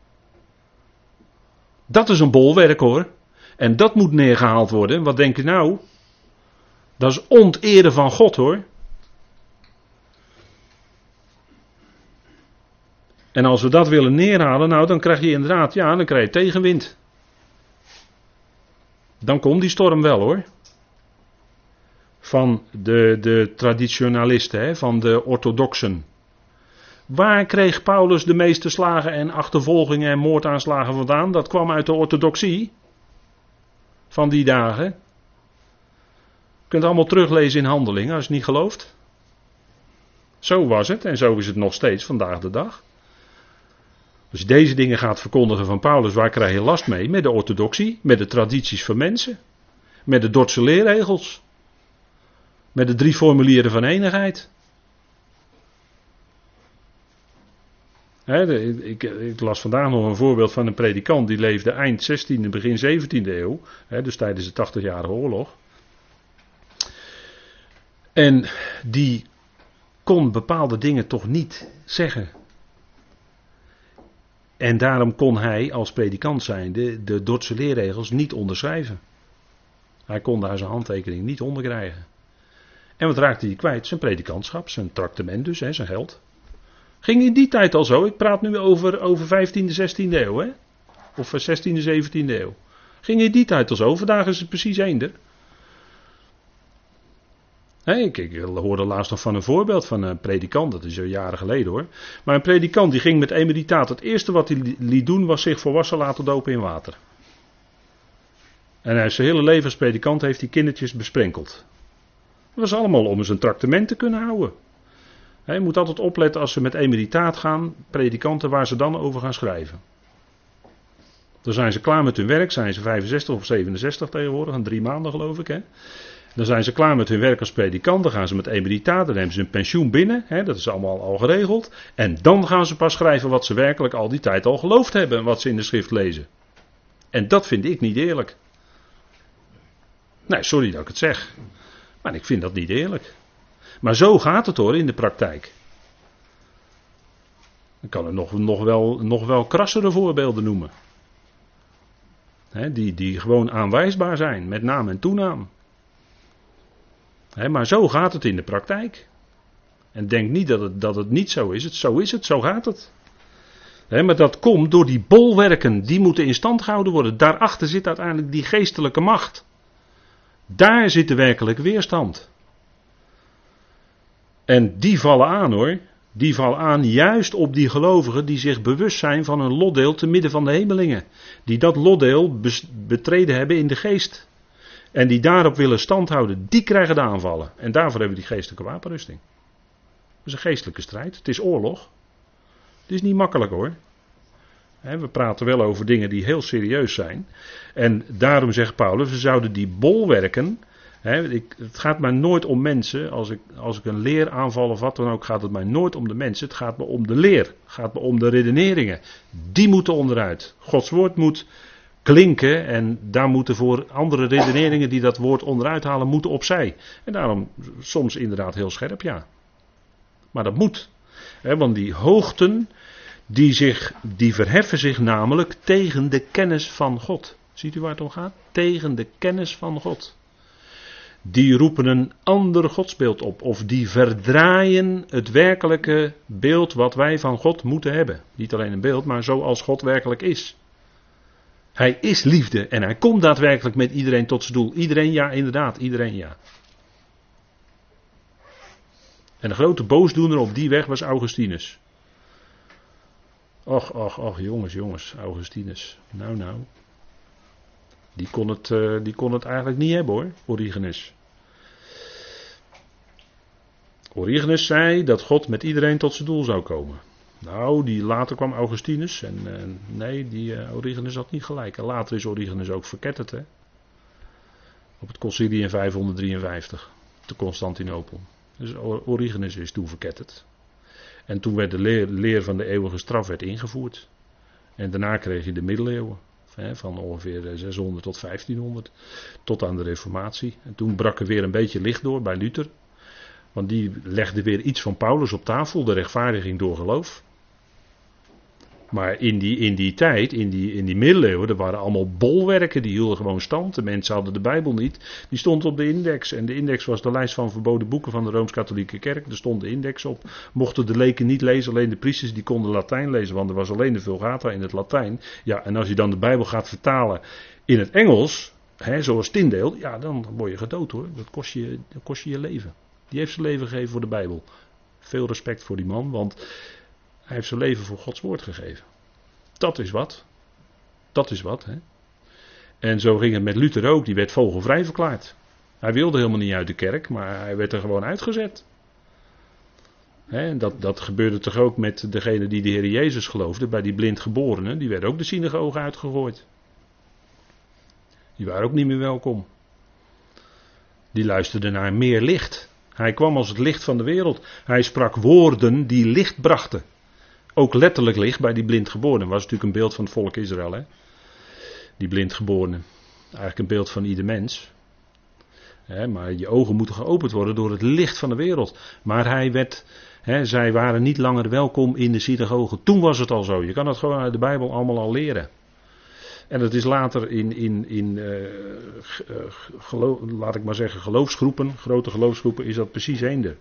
Dat is een bolwerk hoor. En dat moet neergehaald worden. Wat denk je nou? Dat is onteren van God hoor. En als we dat willen neerhalen, nou dan krijg je inderdaad, ja, dan krijg je tegenwind. Dan komt die storm wel hoor. Van de traditionalisten, hè, van de orthodoxen. Waar kreeg Paulus de meeste slagen en achtervolgingen en moordaanslagen vandaan? Dat kwam uit de orthodoxie van die dagen. Je kunt het allemaal teruglezen in Handelingen als je het niet gelooft. Zo was het en zo is het nog steeds vandaag de dag. Als je deze dingen gaat verkondigen van Paulus, waar krijg je last mee? Met de orthodoxie, met de tradities van mensen, met de Dordtse leerregels, met de 3 formulieren van enigheid. Ik las vandaag nog een voorbeeld van een predikant die leefde eind 16e, begin 17e eeuw, dus tijdens de 80-jarige oorlog. En die kon bepaalde dingen toch niet zeggen. En daarom kon hij als predikant zijnde de Dordtse leerregels niet onderschrijven. Hij kon daar zijn handtekening niet onder krijgen. En wat raakte hij kwijt? Zijn predikantschap, zijn tractement dus, zijn geld. Ging in die tijd al zo. Ik praat nu over 15e, 16e eeuw. Hè? Of 16e, 17e eeuw. Ging in die tijd al zo. Vandaag is het precies eender. Ik hoorde laatst nog van een voorbeeld van een predikant. Dat is al jaren geleden hoor. Maar een predikant die ging met emeritaat. Het eerste wat hij liet doen was zich volwassen laten dopen in water. En hij zijn hele leven als predikant heeft hij kindertjes besprenkeld. Dat was allemaal om zijn tractement te kunnen houden. Je moet altijd opletten als ze met emeritaat gaan, predikanten, waar ze dan over gaan schrijven. Dan zijn ze klaar met hun werk, zijn ze 65 of 67 tegenwoordig, en 3 maanden geloof ik. Hè. Dan zijn ze klaar met hun werk als predikant, dan gaan ze met emeritaat, dan nemen ze een pensioen binnen, dat is allemaal al geregeld. En dan gaan ze pas schrijven wat ze werkelijk al die tijd al geloofd hebben en wat ze in de schrift lezen. En dat vind ik niet eerlijk. Nee, sorry dat ik het zeg. Maar ik vind dat niet eerlijk. Maar zo gaat het hoor in de praktijk. Ik kan er nog wel krassere voorbeelden noemen. Die gewoon aanwijsbaar zijn, met naam en toenaam. Maar zo gaat het in de praktijk. En denk niet dat het niet zo is. Zo is het, zo gaat het. Maar dat komt door die bolwerken, die moeten in stand gehouden worden. Daarachter zit uiteindelijk die geestelijke macht. Daar zit de werkelijke weerstand. En die vallen aan hoor. Die vallen aan juist op die gelovigen die zich bewust zijn van een lotdeel te midden van de hemelingen. Die dat lotdeel betreden hebben in de geest. En die daarop willen standhouden, die krijgen de aanvallen. En daarvoor hebben we die geestelijke wapenrusting. Dat is een geestelijke strijd. Het is oorlog. Het is niet makkelijk hoor. We praten wel over dingen die heel serieus zijn. En daarom zegt Paulus, we zouden die bolwerken. Het gaat mij nooit om mensen. Als ik een leer aanval of wat dan ook, gaat het mij nooit om de mensen. Het gaat me om de leer. Het gaat me om de redeneringen. Die moeten onderuit. Gods woord moet klinken. En daar moeten voor andere redeneringen die dat woord onderuit halen, moeten opzij. En daarom soms inderdaad heel scherp, ja. Maar dat moet. Want die hoogten, die verheffen zich namelijk tegen de kennis van God. Ziet u waar het om gaat? Tegen de kennis van God. Die roepen een ander godsbeeld op. Of die verdraaien het werkelijke beeld wat wij van God moeten hebben. Niet alleen een beeld, maar zoals God werkelijk is. Hij is liefde en hij komt daadwerkelijk met iedereen tot zijn doel. Iedereen ja, inderdaad, iedereen ja. En de grote boosdoener op die weg was Augustinus. Och, jongens, Augustinus. Nou. Die kon het eigenlijk niet hebben hoor, Origenes. Origenes zei dat God met iedereen tot zijn doel zou komen. Nou, later kwam Augustinus en Origenes had niet gelijk. En later is Origenes ook verketterd, hè. Op het concilie in 553, te Constantinopel. Dus Origenes is toen verketterd. En toen werd de leer van de eeuwige straf werd ingevoerd. En daarna kreeg je de middeleeuwen. Van ongeveer 600 tot 1500. Tot aan de Reformatie. En toen brak er weer een beetje licht door bij Luther. Want die legde weer iets van Paulus op tafel. De rechtvaardiging door geloof. Maar in die tijd, in die middeleeuwen, er waren allemaal bolwerken, die hielden gewoon stand. De mensen hadden de Bijbel niet. Die stond op de index. En de index was de lijst van verboden boeken van de Rooms-Katholieke Kerk. Er stond de index op. Mochten de leken niet lezen, alleen de priesters die konden Latijn lezen. Want er was alleen de Vulgata in het Latijn. Ja, en als je dan de Bijbel gaat vertalen in het Engels, zoals Tyndale, ja, dan word je gedood hoor. Dat kost je je leven. Die heeft zijn leven gegeven voor de Bijbel. Veel respect voor die man, want hij heeft zijn leven voor Gods woord gegeven. Dat is wat. Dat is wat. En zo ging het met Luther ook. Die werd vogelvrij verklaard. Hij wilde helemaal niet uit de kerk. Maar hij werd er gewoon uitgezet. Dat gebeurde toch ook met degene die de Heer Jezus geloofde. Bij die blindgeborenen. Die werden ook de synagoge uitgegooid. Die waren ook niet meer welkom. Die luisterden naar meer licht. Hij kwam als het licht van de wereld. Hij sprak woorden die licht brachten. Ook letterlijk licht bij die blindgeborenen. Was natuurlijk een beeld van het volk Israël. Hè? Die blindgeborenen. Eigenlijk een beeld van ieder mens. Maar je ogen moeten geopend worden door het licht van de wereld. Maar zij waren niet langer welkom in de synagoge. Toen was het al zo. Je kan het gewoon uit de Bijbel allemaal al leren. En het is later laat ik maar zeggen, geloofsgroepen, grote geloofsgroepen, is dat precies eender.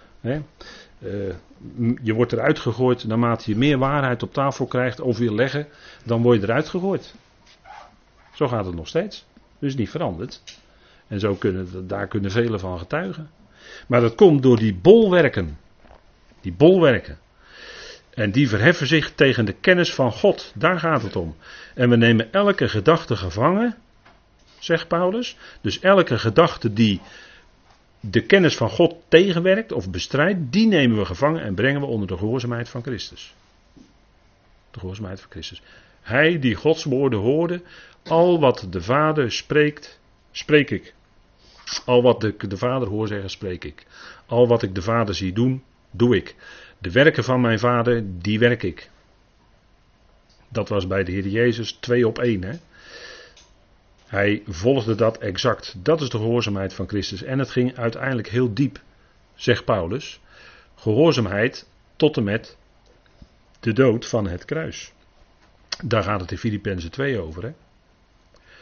Je wordt eruit gegooid naarmate je meer waarheid op tafel krijgt of wil leggen, dan word je eruit gegooid. Zo gaat het nog steeds. Dus niet veranderd. En daar kunnen velen van getuigen. Maar dat komt door die bolwerken. Die bolwerken. En die verheffen zich tegen de kennis van God. Daar gaat het om. En we nemen elke gedachte gevangen, zegt Paulus. Dus elke gedachte die de kennis van God tegenwerkt of bestrijdt, die nemen we gevangen en brengen we onder de gehoorzaamheid van Christus. De gehoorzaamheid van Christus. Hij die Gods woorden hoorde, al wat de Vader spreekt, spreek ik. Al wat de Vader hoor zeggen, spreek ik. Al wat ik de Vader zie doen, doe ik. De werken van mijn Vader, die werk ik. Dat was bij de Heer Jezus 2 op 1. Hè? Hij volgde dat exact. Dat is de gehoorzaamheid van Christus. En het ging uiteindelijk heel diep, zegt Paulus. Gehoorzaamheid tot en met de dood van het kruis. Daar gaat het in Filippenzen 2 over. Hè?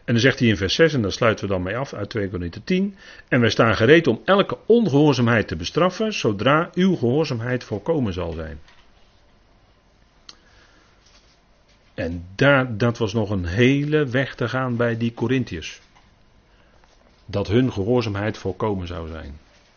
En dan zegt hij in vers 6, en daar sluiten we dan mee af uit 2 Korinther 10. En wij staan gereed om elke ongehoorzaamheid te bestraffen, zodra uw gehoorzaamheid volkomen zal zijn. En dat was nog een hele weg te gaan bij die Korintiërs. Dat hun gehoorzaamheid volkomen zou zijn.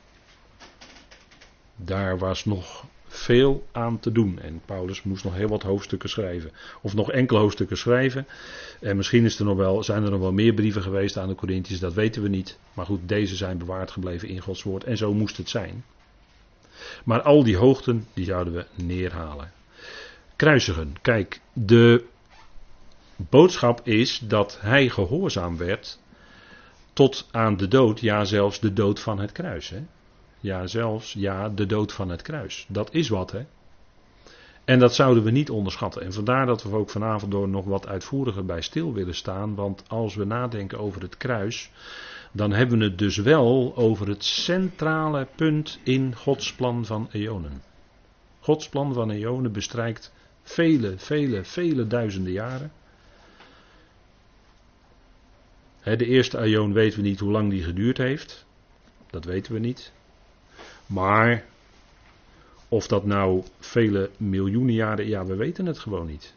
Daar was nog veel aan te doen. En Paulus moest nog heel wat hoofdstukken schrijven. Of nog enkele hoofdstukken schrijven. En misschien zijn er nog wel meer brieven geweest aan de Korintiërs. Dat weten we niet. Maar goed, deze zijn bewaard gebleven in Gods woord. En zo moest het zijn. Maar al die hoogten, die zouden we neerhalen. Kruisigen. Kijk, de boodschap is dat hij gehoorzaam werd tot aan de dood. Ja, zelfs de dood van het kruis. Hè? Ja, de dood van het kruis. Dat is wat, hè. En dat zouden we niet onderschatten. En vandaar dat we ook vanavond door nog wat uitvoeriger bij stil willen staan. Want als we nadenken over het kruis, dan hebben we het dus wel over het centrale punt in Gods plan van eonen. Gods plan van eonen bestrijkt vele duizenden jaren. De eerste eon weten we niet hoe lang die geduurd heeft. Dat weten we niet. Maar of dat nou vele miljoenen jaren, ja, we weten het gewoon niet.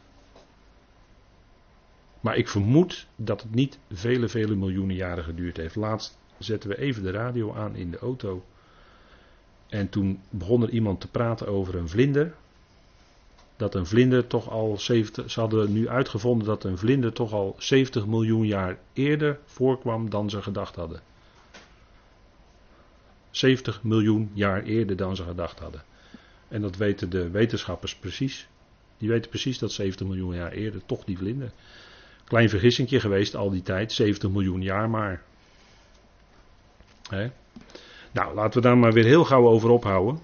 Maar ik vermoed dat het niet vele miljoenen jaren geduurd heeft. Laatst zetten we even de radio aan in de auto. En toen begon er iemand te praten over een vlinder. Dat een vlinder toch al 70, ze hadden nu uitgevonden dat een vlinder toch al 70 miljoen jaar eerder voorkwam dan ze gedacht hadden. 70 miljoen jaar eerder dan ze gedacht hadden. En dat weten de wetenschappers precies. Die weten precies dat 70 miljoen jaar eerder toch die vlinder. Klein vergissingje geweest al die tijd, 70 miljoen jaar maar. Hè? Nou, laten we daar maar weer heel gauw over ophouden.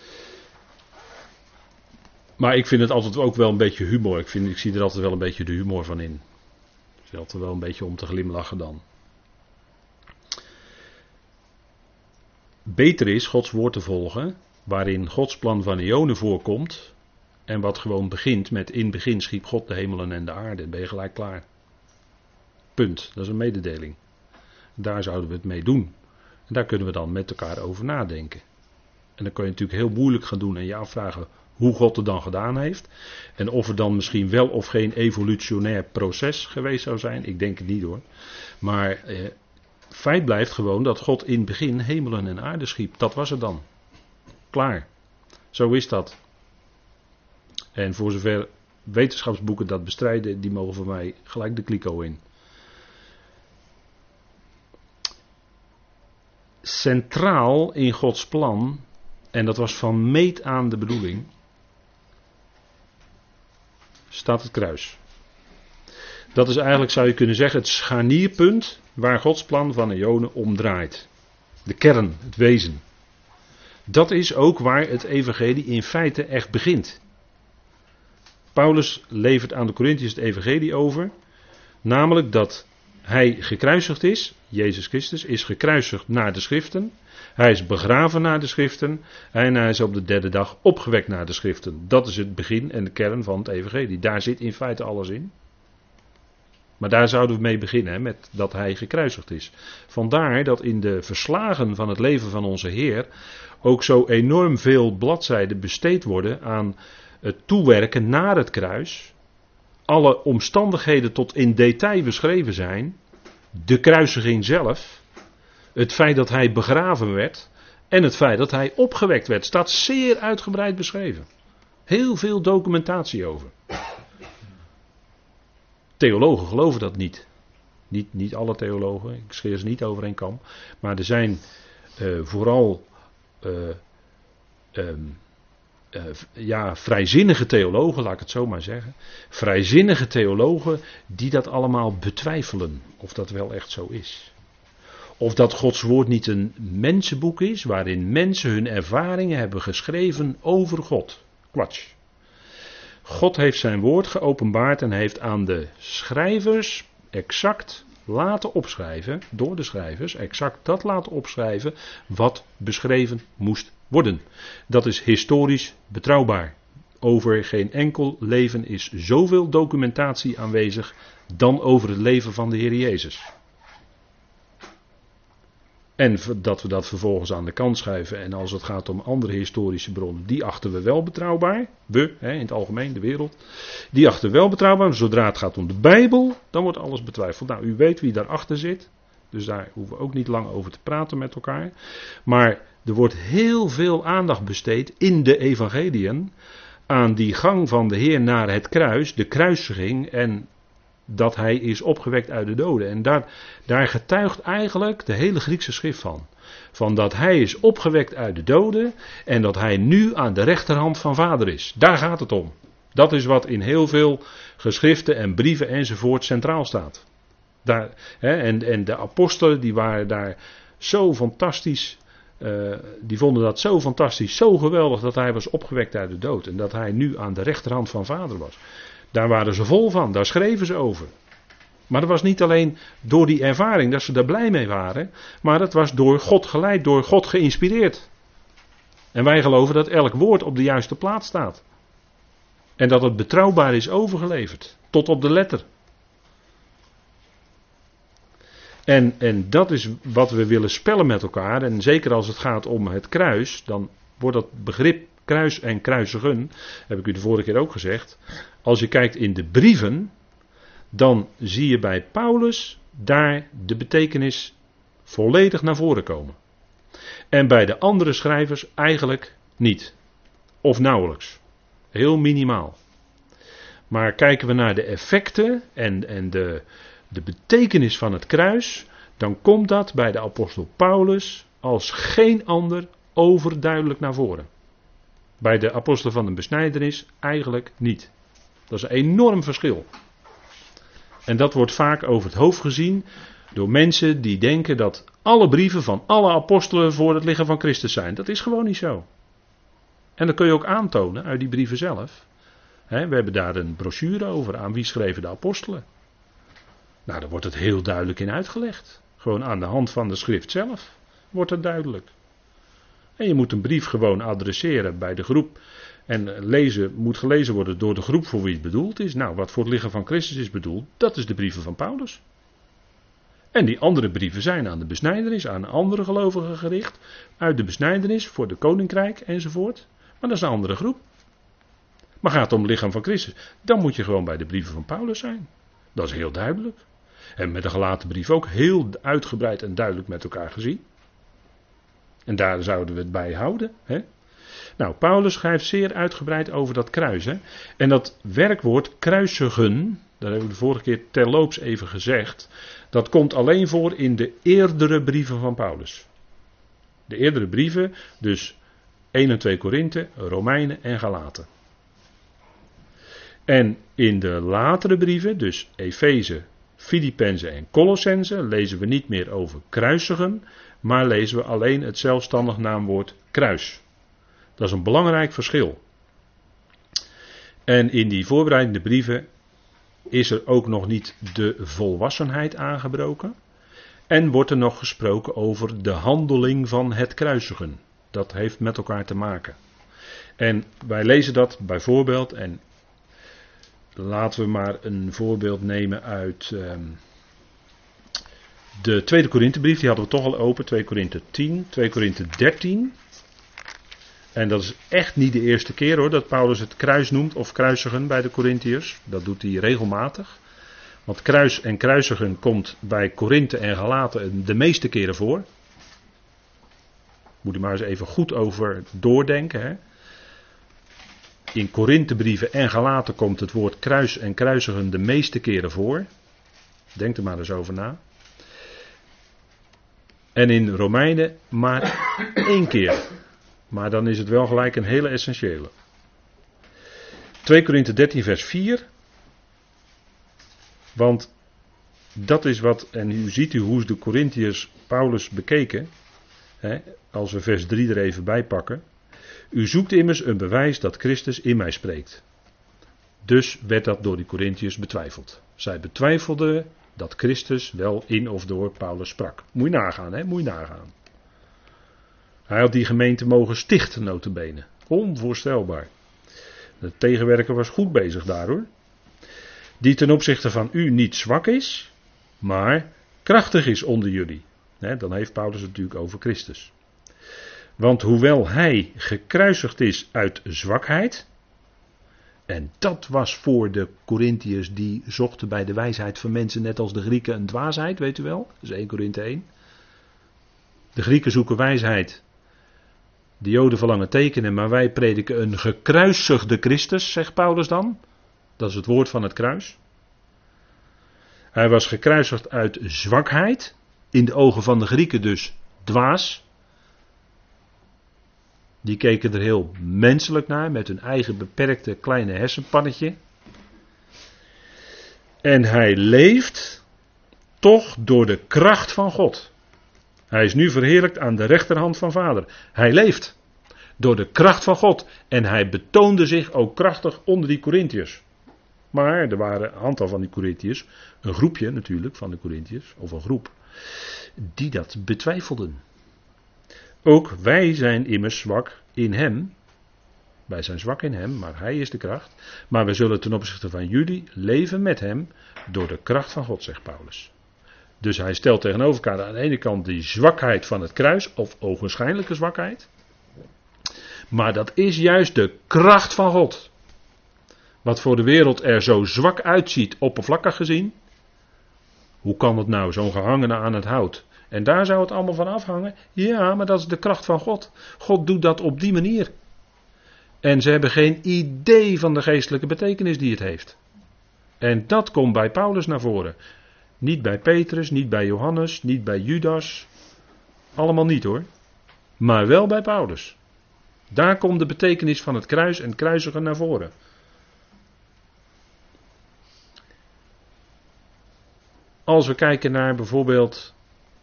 Maar ik vind het altijd ook wel een beetje humor. Ik zie er altijd wel een beetje de humor van in. Het is altijd wel een beetje om te glimlachen dan. Beter is Gods woord te volgen, waarin Gods plan van eonen voorkomt. En wat gewoon begint met: in begin schiep God de hemelen en de aarde. Dan ben je gelijk klaar. Punt. Dat is een mededeling. Daar zouden we het mee doen. En daar kunnen we dan met elkaar over nadenken. En dan kun je natuurlijk heel moeilijk gaan doen en je afvragen hoe God het dan gedaan heeft. En of er dan misschien wel of geen evolutionair proces geweest zou zijn. Ik denk het niet hoor. Maar feit blijft gewoon dat God in het begin hemelen en aarde schiep. Dat was het dan. Klaar. Zo is dat. En voor zover wetenschapsboeken dat bestrijden, die mogen voor mij gelijk de kliko in. Centraal in Gods plan, en dat was van meet aan de bedoeling, staat het kruis. Dat is eigenlijk, zou je kunnen zeggen, het scharnierpunt waar Gods plan van eonen om draait. De kern, het wezen. Dat is ook waar het evangelie in feite echt begint. Paulus levert aan de Korintiërs het evangelie over, namelijk dat hij gekruisigd is, Jezus Christus is gekruisigd naar de schriften, hij is begraven naar de schriften en hij is op de derde dag opgewekt naar de schriften. Dat is het begin en de kern van het evangelie. Daar zit in feite alles in. Maar daar zouden we mee beginnen, hè, met dat hij gekruisigd is. Vandaar dat in de verslagen van het leven van onze Heer ook zo enorm veel bladzijden besteed worden aan het toewerken naar het kruis. Alle omstandigheden tot in detail beschreven zijn. De kruisiging zelf. Het feit dat hij begraven werd. En het feit dat hij opgewekt werd. Staat zeer uitgebreid beschreven. Heel veel documentatie over. Theologen geloven dat niet. Niet alle theologen. Ik scheer ze niet over één kam. Maar er zijn vooral vrijzinnige theologen, laat ik het zo maar zeggen. Vrijzinnige theologen die dat allemaal betwijfelen. Of dat wel echt zo is. Of dat Gods woord niet een mensenboek is, waarin mensen hun ervaringen hebben geschreven over God. Kwatsch. God heeft zijn woord geopenbaard en heeft aan de schrijvers exact laten opschrijven, door de schrijvers, exact dat laten opschrijven wat beschreven moest worden. Dat is historisch betrouwbaar. over geen enkel leven is zoveel documentatie aanwezig dan over het leven van de Heer Jezus. En dat we dat vervolgens aan de kant schuiven. En als het gaat om andere historische bronnen, die achten we wel betrouwbaar. We, in het algemeen, de wereld. Die achten we wel betrouwbaar. Zodra het gaat om de Bijbel, dan wordt alles betwijfeld. Nou, u weet wie daarachter zit. Dus daar hoeven we ook niet lang over te praten met elkaar. Maar er wordt heel veel aandacht besteed in de evangeliën aan die gang van de Heer naar het kruis, de kruisiging en dat hij is opgewekt uit de doden. En daar getuigt eigenlijk de hele Griekse schrift van. Van dat hij is opgewekt uit de doden en dat hij nu aan de rechterhand van Vader is. Daar gaat het om. Dat is wat in heel veel geschriften en brieven enzovoort centraal staat. En de apostelen die waren daar zo fantastisch, die vonden dat zo fantastisch, zo geweldig dat hij was opgewekt uit de dood. En dat hij nu aan de rechterhand van Vader was. Daar waren ze vol van, daar schreven ze over. Maar dat was niet alleen door die ervaring dat ze daar blij mee waren, maar dat was door God geleid, door God geïnspireerd. En wij geloven dat elk woord op de juiste plaats staat. En dat het betrouwbaar is overgeleverd, tot op de letter. En dat is wat we willen spellen met elkaar. En zeker als het gaat om het kruis, dan wordt dat begrip kruis en kruisigen, heb ik u de vorige keer ook gezegd. Als je kijkt in de brieven, dan zie je bij Paulus daar de betekenis volledig naar voren komen. En bij de andere schrijvers eigenlijk niet. Of nauwelijks. Heel minimaal. Maar kijken we naar de effecten en de betekenis van het kruis, dan komt dat bij de apostel Paulus als geen ander overduidelijk naar voren. Bij de apostelen van de besnijdenis eigenlijk niet. Dat is een enorm verschil. En dat wordt vaak over het hoofd gezien door mensen die denken dat alle brieven van alle apostelen voor het lichaam van Christus zijn. Dat is gewoon niet zo. En dat kun je ook aantonen uit die brieven zelf. We hebben daar een brochure over, aan wie schreven de apostelen. Nou, daar wordt het heel duidelijk in uitgelegd. Gewoon aan de hand van de schrift zelf wordt het duidelijk. En je moet een brief gewoon adresseren bij de groep. En moet gelezen worden door de groep voor wie het bedoeld is. Nou, wat voor het lichaam van Christus is bedoeld, dat is de brieven van Paulus. En die andere brieven zijn aan de besnijdenis, aan andere gelovigen gericht. Uit de besnijdenis, voor de koninkrijk enzovoort. Maar dat is een andere groep. Maar gaat het om het lichaam van Christus, dan moet je gewoon bij de brieven van Paulus zijn. Dat is heel duidelijk. En met de gelaten brief ook heel uitgebreid en duidelijk met elkaar gezien. En daar zouden we het bij houden. Nou, Paulus schrijft zeer uitgebreid over dat kruis. En dat werkwoord kruisigen, dat hebben we de vorige keer terloops even gezegd, dat komt alleen voor in de eerdere brieven van Paulus. De eerdere brieven, dus 1 en 2 Korinthe, Romeinen en Galaten. En in de latere brieven, dus Efeze, Filippenzen en Colossense, lezen we niet meer over kruisigen, maar lezen we alleen het zelfstandig naamwoord kruis. Dat is een belangrijk verschil. En in die voorbereidende brieven is er ook nog niet de volwassenheid aangebroken. En wordt er nog gesproken over de handeling van het kruisigen. Dat heeft met elkaar te maken. En wij lezen dat bijvoorbeeld, en laten we maar een voorbeeld nemen uit de tweede Korinthebrief. Die hadden we toch al open, 2 Korinthe 10, 2 Korinthe 13. En dat is echt niet de eerste keer hoor, dat Paulus het kruis noemt of kruisigen bij de Korintiërs. Dat doet hij regelmatig. Want kruis en kruisigen komt bij Korinthe en Galaten de meeste keren voor. Moet je maar eens even goed over doordenken. Hè. In Korinthebrieven en Galaten komt het woord kruis en kruisigen de meeste keren voor. Denk er maar eens over na. En in Romeinen maar 1 keer. Maar dan is het wel gelijk een hele essentiële. 2 Korinthe 13 vers 4. Want dat is wat, en nu ziet u hoe de Korintiërs Paulus bekeken. Als we vers 3 er even bij pakken. U zoekt immers een bewijs dat Christus in mij spreekt. Dus werd dat door die Korintiërs betwijfeld. Zij betwijfelden dat Christus wel in of door Paulus sprak. Moet je nagaan, moet je nagaan. Hij had die gemeente mogen stichten, nota bene. Onvoorstelbaar. De tegenwerker was goed bezig daar hoor. Die ten opzichte van u niet zwak is, maar krachtig is onder jullie. Dan heeft Paulus het natuurlijk over Christus. Want hoewel hij gekruisigd is uit zwakheid. En dat was voor de Korintiërs die zochten bij de wijsheid van mensen net als de Grieken een dwaasheid, weet u wel. Dat is 1 Korinthe 1. De Grieken zoeken wijsheid. De Joden verlangen tekenen, maar wij prediken een gekruisigde Christus, zegt Paulus dan. Dat is het woord van het kruis. Hij was gekruisigd uit zwakheid. In de ogen van de Grieken dus dwaas. Die keken er heel menselijk naar, met hun eigen beperkte kleine hersenpannetje. En hij leeft toch door de kracht van God. Hij is nu verheerlijkt aan de rechterhand van Vader. Hij leeft door de kracht van God. En hij betoonde zich ook krachtig onder die Korintiërs. Maar er waren een aantal van die Korintiërs, een groepje natuurlijk van de Korintiërs, of een groep, die dat betwijfelden. Ook wij zijn immers zwak in hem. Wij zijn zwak in hem, maar hij is de kracht. Maar we zullen ten opzichte van jullie leven met hem door de kracht van God, zegt Paulus. Dus hij stelt tegenover elkaar aan de ene kant die zwakheid van het kruis, of ogenschijnlijke zwakheid. Maar dat is juist de kracht van God. Wat voor de wereld er zo zwak uitziet, oppervlakkig gezien. Hoe kan het nou, zo'n gehangene aan het hout? En daar zou het allemaal van afhangen? Ja, maar dat is de kracht van God. God doet dat op die manier. En ze hebben geen idee van de geestelijke betekenis die het heeft. En dat komt bij Paulus naar voren. Niet bij Petrus, niet bij Johannes, niet bij Judas. Allemaal niet hoor. Maar wel bij Paulus. Daar komt de betekenis van het kruis en kruisigen naar voren. Als we kijken naar bijvoorbeeld,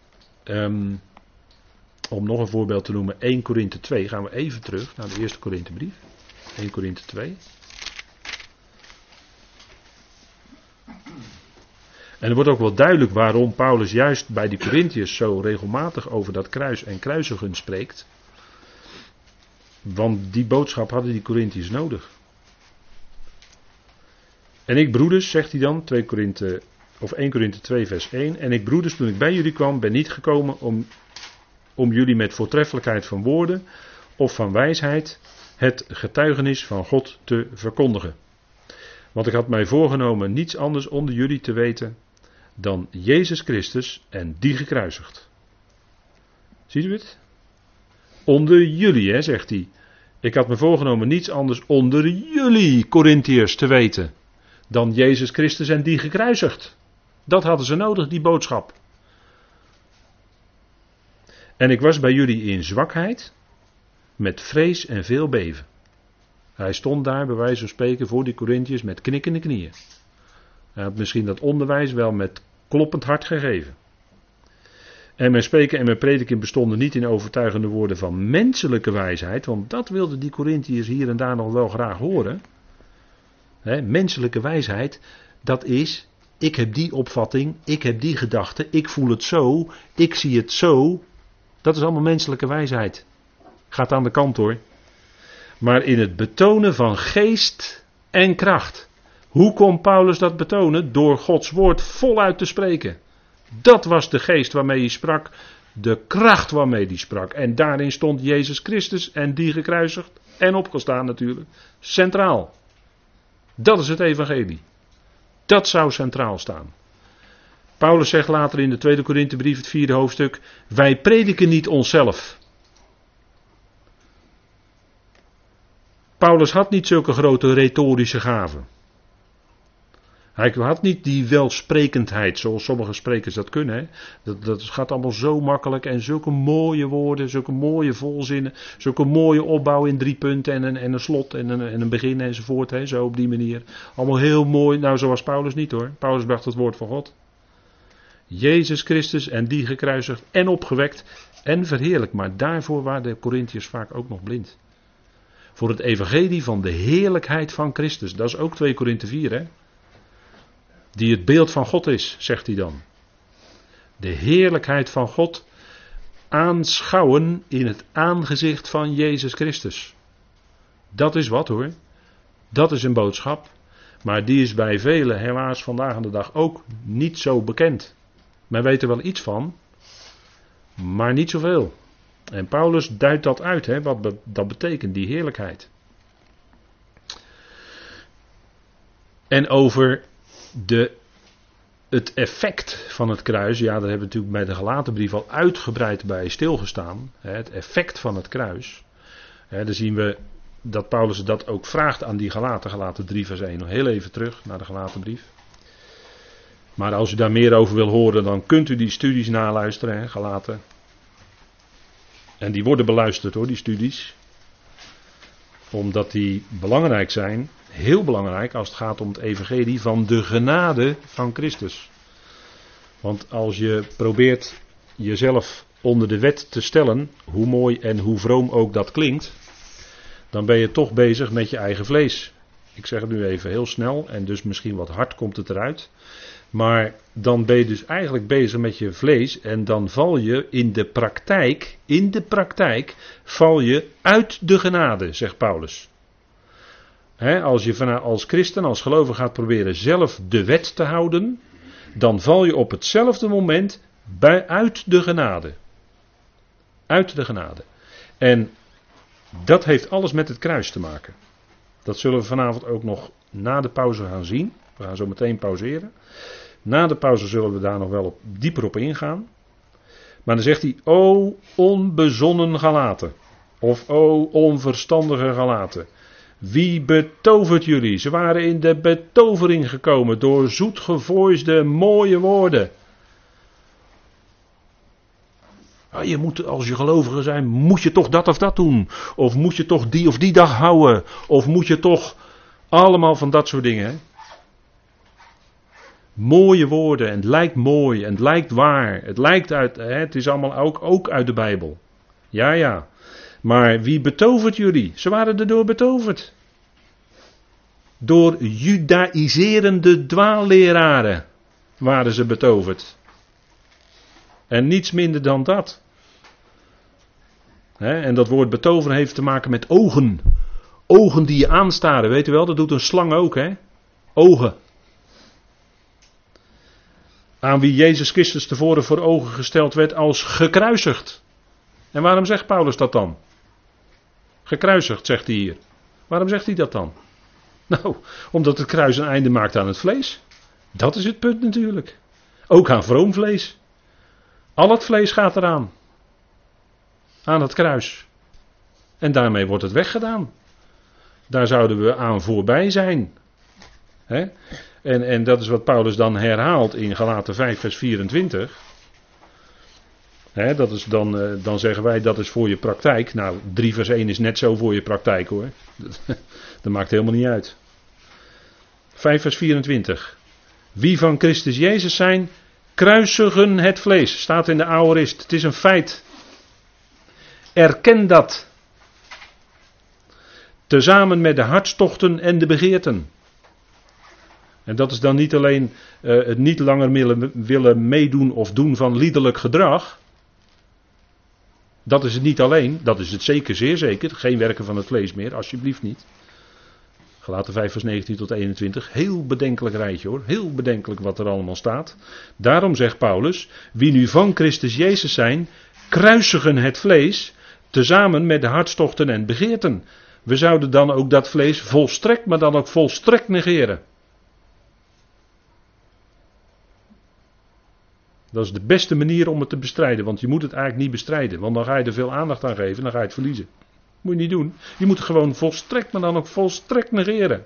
om nog een voorbeeld te noemen, 1 Korinthe 2, gaan we even terug naar de eerste Korinthebrief. 1 Korinthe 2. En er wordt ook wel duidelijk waarom Paulus juist bij die Korintiërs zo regelmatig over dat kruis en kruisigen spreekt. Want die boodschap hadden die Korintiërs nodig. En ik broeders, zegt hij dan, 1 Korinthe 2 vers 1. En ik broeders, toen ik bij jullie kwam, ben niet gekomen om jullie met voortreffelijkheid van woorden of van wijsheid het getuigenis van God te verkondigen. Want ik had mij voorgenomen niets anders onder jullie te weten dan Jezus Christus en die gekruisigd. Ziet u het? Onder jullie, zegt hij. Ik had me voorgenomen niets anders onder jullie, Korintiërs, te weten dan Jezus Christus en die gekruisigd. Dat hadden ze nodig, die boodschap. En ik was bij jullie in zwakheid, met vrees en veel beven. Hij stond daar, bij wijze van spreken, voor die Korintiërs met knikkende knieën. Hij had misschien dat onderwijs wel met kloppend hart gegeven. En mijn spreken en mijn prediking bestonden niet in overtuigende woorden van menselijke wijsheid, want dat wilden die Korintiërs hier en daar nog wel graag horen. Menselijke wijsheid, dat is, ik heb die opvatting, ik heb die gedachte, ik voel het zo, ik zie het zo. Dat is allemaal menselijke wijsheid. Gaat aan de kant hoor. Maar in het betonen van geest en kracht. Hoe kon Paulus dat betonen? Door Gods woord voluit te spreken. Dat was de geest waarmee hij sprak, de kracht waarmee hij sprak. En daarin stond Jezus Christus en die gekruisigd en opgestaan natuurlijk, centraal. Dat is het evangelie. Dat zou centraal staan. Paulus zegt later in de 2 Korinthebrief, het 4e hoofdstuk, wij prediken niet onszelf. Paulus had niet zulke grote retorische gaven. Hij had niet die welsprekendheid zoals sommige sprekers dat kunnen. Hè. Dat gaat allemaal zo makkelijk en zulke mooie woorden, zulke mooie volzinnen, zulke mooie opbouw in 3 punten en een slot en een begin enzovoort. Hè, zo op die manier. Allemaal heel mooi. Nou, zo was Paulus niet hoor. Paulus bracht het woord van God. Jezus Christus en die gekruisigd en opgewekt en verheerlijkt. Maar daarvoor waren de Korintiërs vaak ook nog blind. Voor het evangelie van de heerlijkheid van Christus. Dat is ook 2 Korinthe 4 hè. Die het beeld van God is, zegt hij dan. De heerlijkheid van God aanschouwen in het aangezicht van Jezus Christus. Dat is wat hoor. Dat is een boodschap. Maar die is bij velen helaas vandaag aan de dag ook niet zo bekend. Men weet er wel iets van, maar niet zoveel. En Paulus duidt dat uit, hè, wat dat betekent, die heerlijkheid. En over het effect van het kruis, ja, daar hebben we natuurlijk bij de Galatenbrief al uitgebreid bij stilgestaan. Hè, het effect van het kruis. Hè, dan zien we dat Paulus dat ook vraagt aan die Galaten 3 vers 1. Nog heel even terug naar de Galatenbrief. Maar als u daar meer over wil horen, dan kunt u die studies naluisteren, hè, Galaten. En die worden beluisterd hoor, die studies. Omdat die belangrijk zijn, heel belangrijk als het gaat om het evangelie van de genade van Christus. Want als je probeert jezelf onder de wet te stellen, hoe mooi en hoe vroom ook dat klinkt, dan ben je toch bezig met je eigen vlees. Ik zeg het nu even heel snel en dus misschien wat hard komt het eruit. Maar dan ben je dus eigenlijk bezig met je vlees en dan val je in de praktijk val je uit de genade, zegt Paulus. Als je als christen, als gelovige gaat proberen zelf de wet te houden, dan val je op hetzelfde moment uit de genade. Uit de genade. En dat heeft alles met het kruis te maken. Dat zullen we vanavond ook nog na de pauze gaan zien. We gaan zo meteen pauzeren. Na de pauze zullen we daar nog wel dieper op ingaan. Maar dan zegt hij, o onbezonnen Galaten. Of o onverstandige Galaten. Wie betovert jullie? Ze waren in de betovering gekomen door zoetgevoisde mooie woorden. Je moet, als je gelovige zijn, moet je toch dat of dat doen. Of moet je toch die of die dag houden. Of moet je toch allemaal van dat soort dingen. Hè? Mooie woorden. En het lijkt mooi. En het lijkt waar. Het lijkt uit. Het is allemaal ook uit de Bijbel. Ja. Maar wie betovert jullie? Ze waren erdoor betoverd. Door judaïserende dwaalleraren waren ze betoverd. En niets minder dan dat. En dat woord betoveren heeft te maken met ogen. Ogen die je aanstaren, weet u wel, dat doet een slang ook, hè? Ogen. Aan wie Jezus Christus tevoren voor ogen gesteld werd als gekruisigd. En waarom zegt Paulus dat dan? Gekruisigd, zegt hij hier. Waarom zegt hij dat dan? Nou, omdat het kruis een einde maakt aan het vlees. Dat is het punt natuurlijk. Ook aan vroom vlees. Al het vlees gaat eraan. Aan het kruis. En daarmee wordt het weggedaan. Daar zouden we aan voorbij zijn. En dat is wat Paulus dan herhaalt in Galaten 5 vers 24. Dat is dan zeggen wij dat is voor je praktijk. Nou, 3 vers 1 is net zo voor je praktijk hoor. Dat maakt helemaal niet uit. 5 vers 24. Wie van Christus Jezus zijn, kruisigen het vlees. Staat in de aorist. Het is een feit. Erken dat. Tezamen met de hartstochten en de begeerten. En dat is dan niet alleen het niet langer willen meedoen of doen van liederlijk gedrag. Dat is het niet alleen. Dat is het zeker, zeer zeker. Geen werken van het vlees meer, alsjeblieft niet. Galaten 5 vers 19 tot 21. Heel bedenkelijk rijtje hoor. Heel bedenkelijk wat er allemaal staat. Daarom zegt Paulus. Wie nu van Christus Jezus zijn. Kruisigen het vlees. Tezamen met de hartstochten en begeerten. We zouden dan ook dat vlees volstrekt, maar dan ook volstrekt negeren. Dat is de beste manier om het te bestrijden. Want je moet het eigenlijk niet bestrijden. Want dan ga je er veel aandacht aan geven. Dan ga je het verliezen. Moet je niet doen. Je moet het gewoon volstrekt, maar dan ook volstrekt negeren.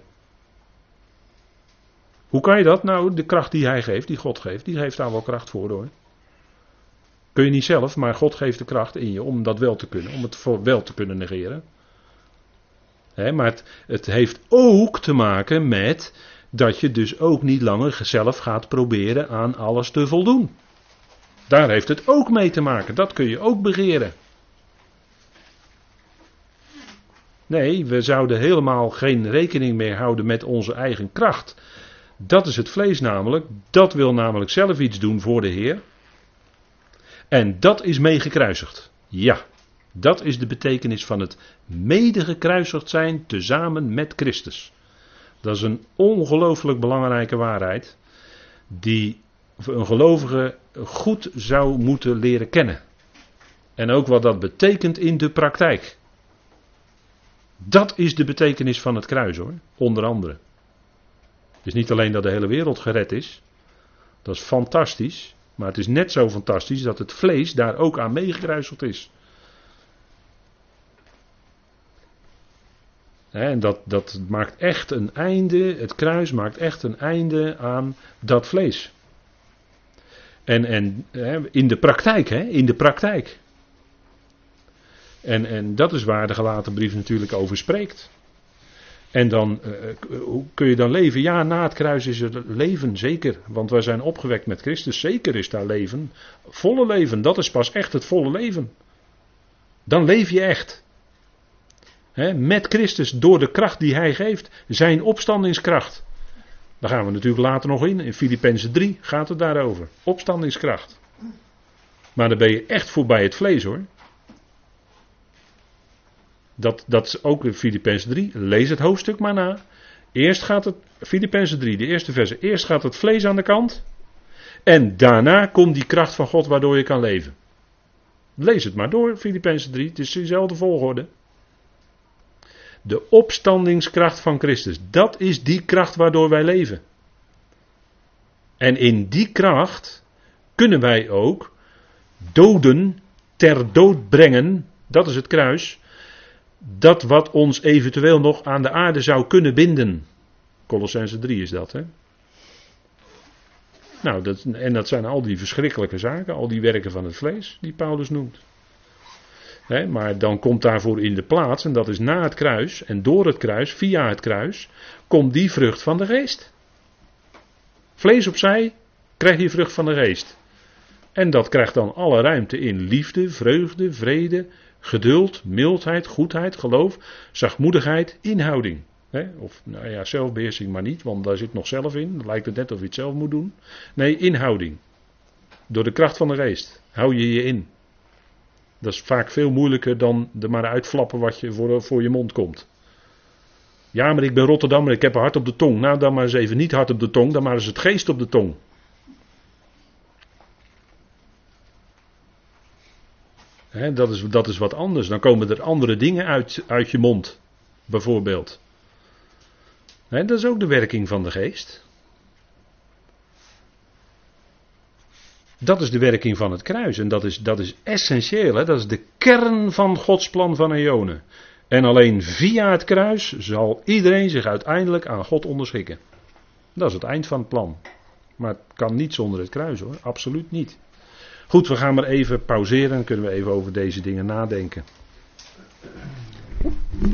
Hoe kan je dat? Nou, de kracht die hij geeft, die God geeft, die heeft daar wel kracht voor hoor. Kun je niet zelf, maar God geeft de kracht in je om dat wel te kunnen. Om het wel te kunnen negeren. Maar het heeft ook te maken met dat je dus ook niet langer zelf gaat proberen aan alles te voldoen. Daar heeft het ook mee te maken. Dat kun je ook begeren. Nee, we zouden helemaal geen rekening meer houden met onze eigen kracht. Dat is het vlees namelijk. Dat wil namelijk zelf iets doen voor de Heer. En dat is mee gekruisigd. Ja, dat is de betekenis van het mede gekruisigd zijn tezamen met Christus. Dat is een ongelooflijk belangrijke waarheid. Die een gelovige goed zou moeten leren kennen. En ook wat dat betekent in de praktijk. Dat is de betekenis van het kruis hoor. Onder andere. Het is niet alleen dat de hele wereld gered is. Dat is fantastisch. Maar het is net zo fantastisch dat het vlees daar ook aan meegekruiseld is. En dat maakt echt een einde, het kruis maakt echt een einde aan dat vlees. En in de praktijk, in de praktijk. En dat is waar de Galatenbrief natuurlijk over spreekt. En dan, hoe kun je dan leven? Ja, na het kruis is er leven, zeker. Want wij zijn opgewekt met Christus, zeker is daar leven. Volle leven, dat is pas echt het volle leven. Dan leef je echt. Met Christus, door de kracht die Hij geeft, zijn opstandingskracht. Daar gaan we natuurlijk later nog in Filippenzen 3 gaat het daarover. Opstandingskracht. Maar dan ben je echt voorbij het vlees hoor. Dat is ook in Filippenzen 3. Lees het hoofdstuk maar na. Eerst gaat het, Filippenzen 3, de eerste verse. Eerst gaat het vlees aan de kant. En daarna komt die kracht van God waardoor je kan leven. Lees het maar door, Filippenzen 3. Het is dezelfde volgorde. De opstandingskracht van Christus. Dat is die kracht waardoor wij leven. En in die kracht kunnen wij ook doden ter dood brengen. Dat is het kruis. Dat wat ons eventueel nog aan de aarde zou kunnen binden. Kolossenzen 3 is dat, hè. Nou, dat zijn al die verschrikkelijke zaken. Al die werken van het vlees die Paulus noemt. Maar dan komt daarvoor in de plaats, en dat is na het kruis, en door het kruis, via het kruis, komt die vrucht van de geest. Vlees opzij, krijg je vrucht van de geest. En dat krijgt dan alle ruimte in liefde, vreugde, vrede, geduld, mildheid, goedheid, geloof, zachtmoedigheid, inhouding. Of nou ja, zelfbeheersing maar niet, want daar zit nog zelf in. Dan lijkt het net of je het zelf moet doen. Nee, inhouding. Door de kracht van de geest hou je je in. Dat is vaak veel moeilijker dan er maar uitflappen wat je voor je mond komt. Ja, maar ik ben Rotterdammer, ik heb een hart op de tong. Nou, dan maar eens even niet hart op de tong, dan maar eens het geest op de tong. Dat is wat anders. Dan komen er andere dingen uit je mond, bijvoorbeeld. Dat is ook de werking van de geest. Dat is de werking van het kruis. En dat is essentieel. Hè? Dat is de kern van Gods plan van eonen. En alleen via het kruis zal iedereen zich uiteindelijk aan God onderschikken. Dat is het eind van het plan. Maar het kan niet zonder het kruis hoor. Absoluut niet. Goed, we gaan maar even pauzeren. Dan kunnen we even over deze dingen nadenken.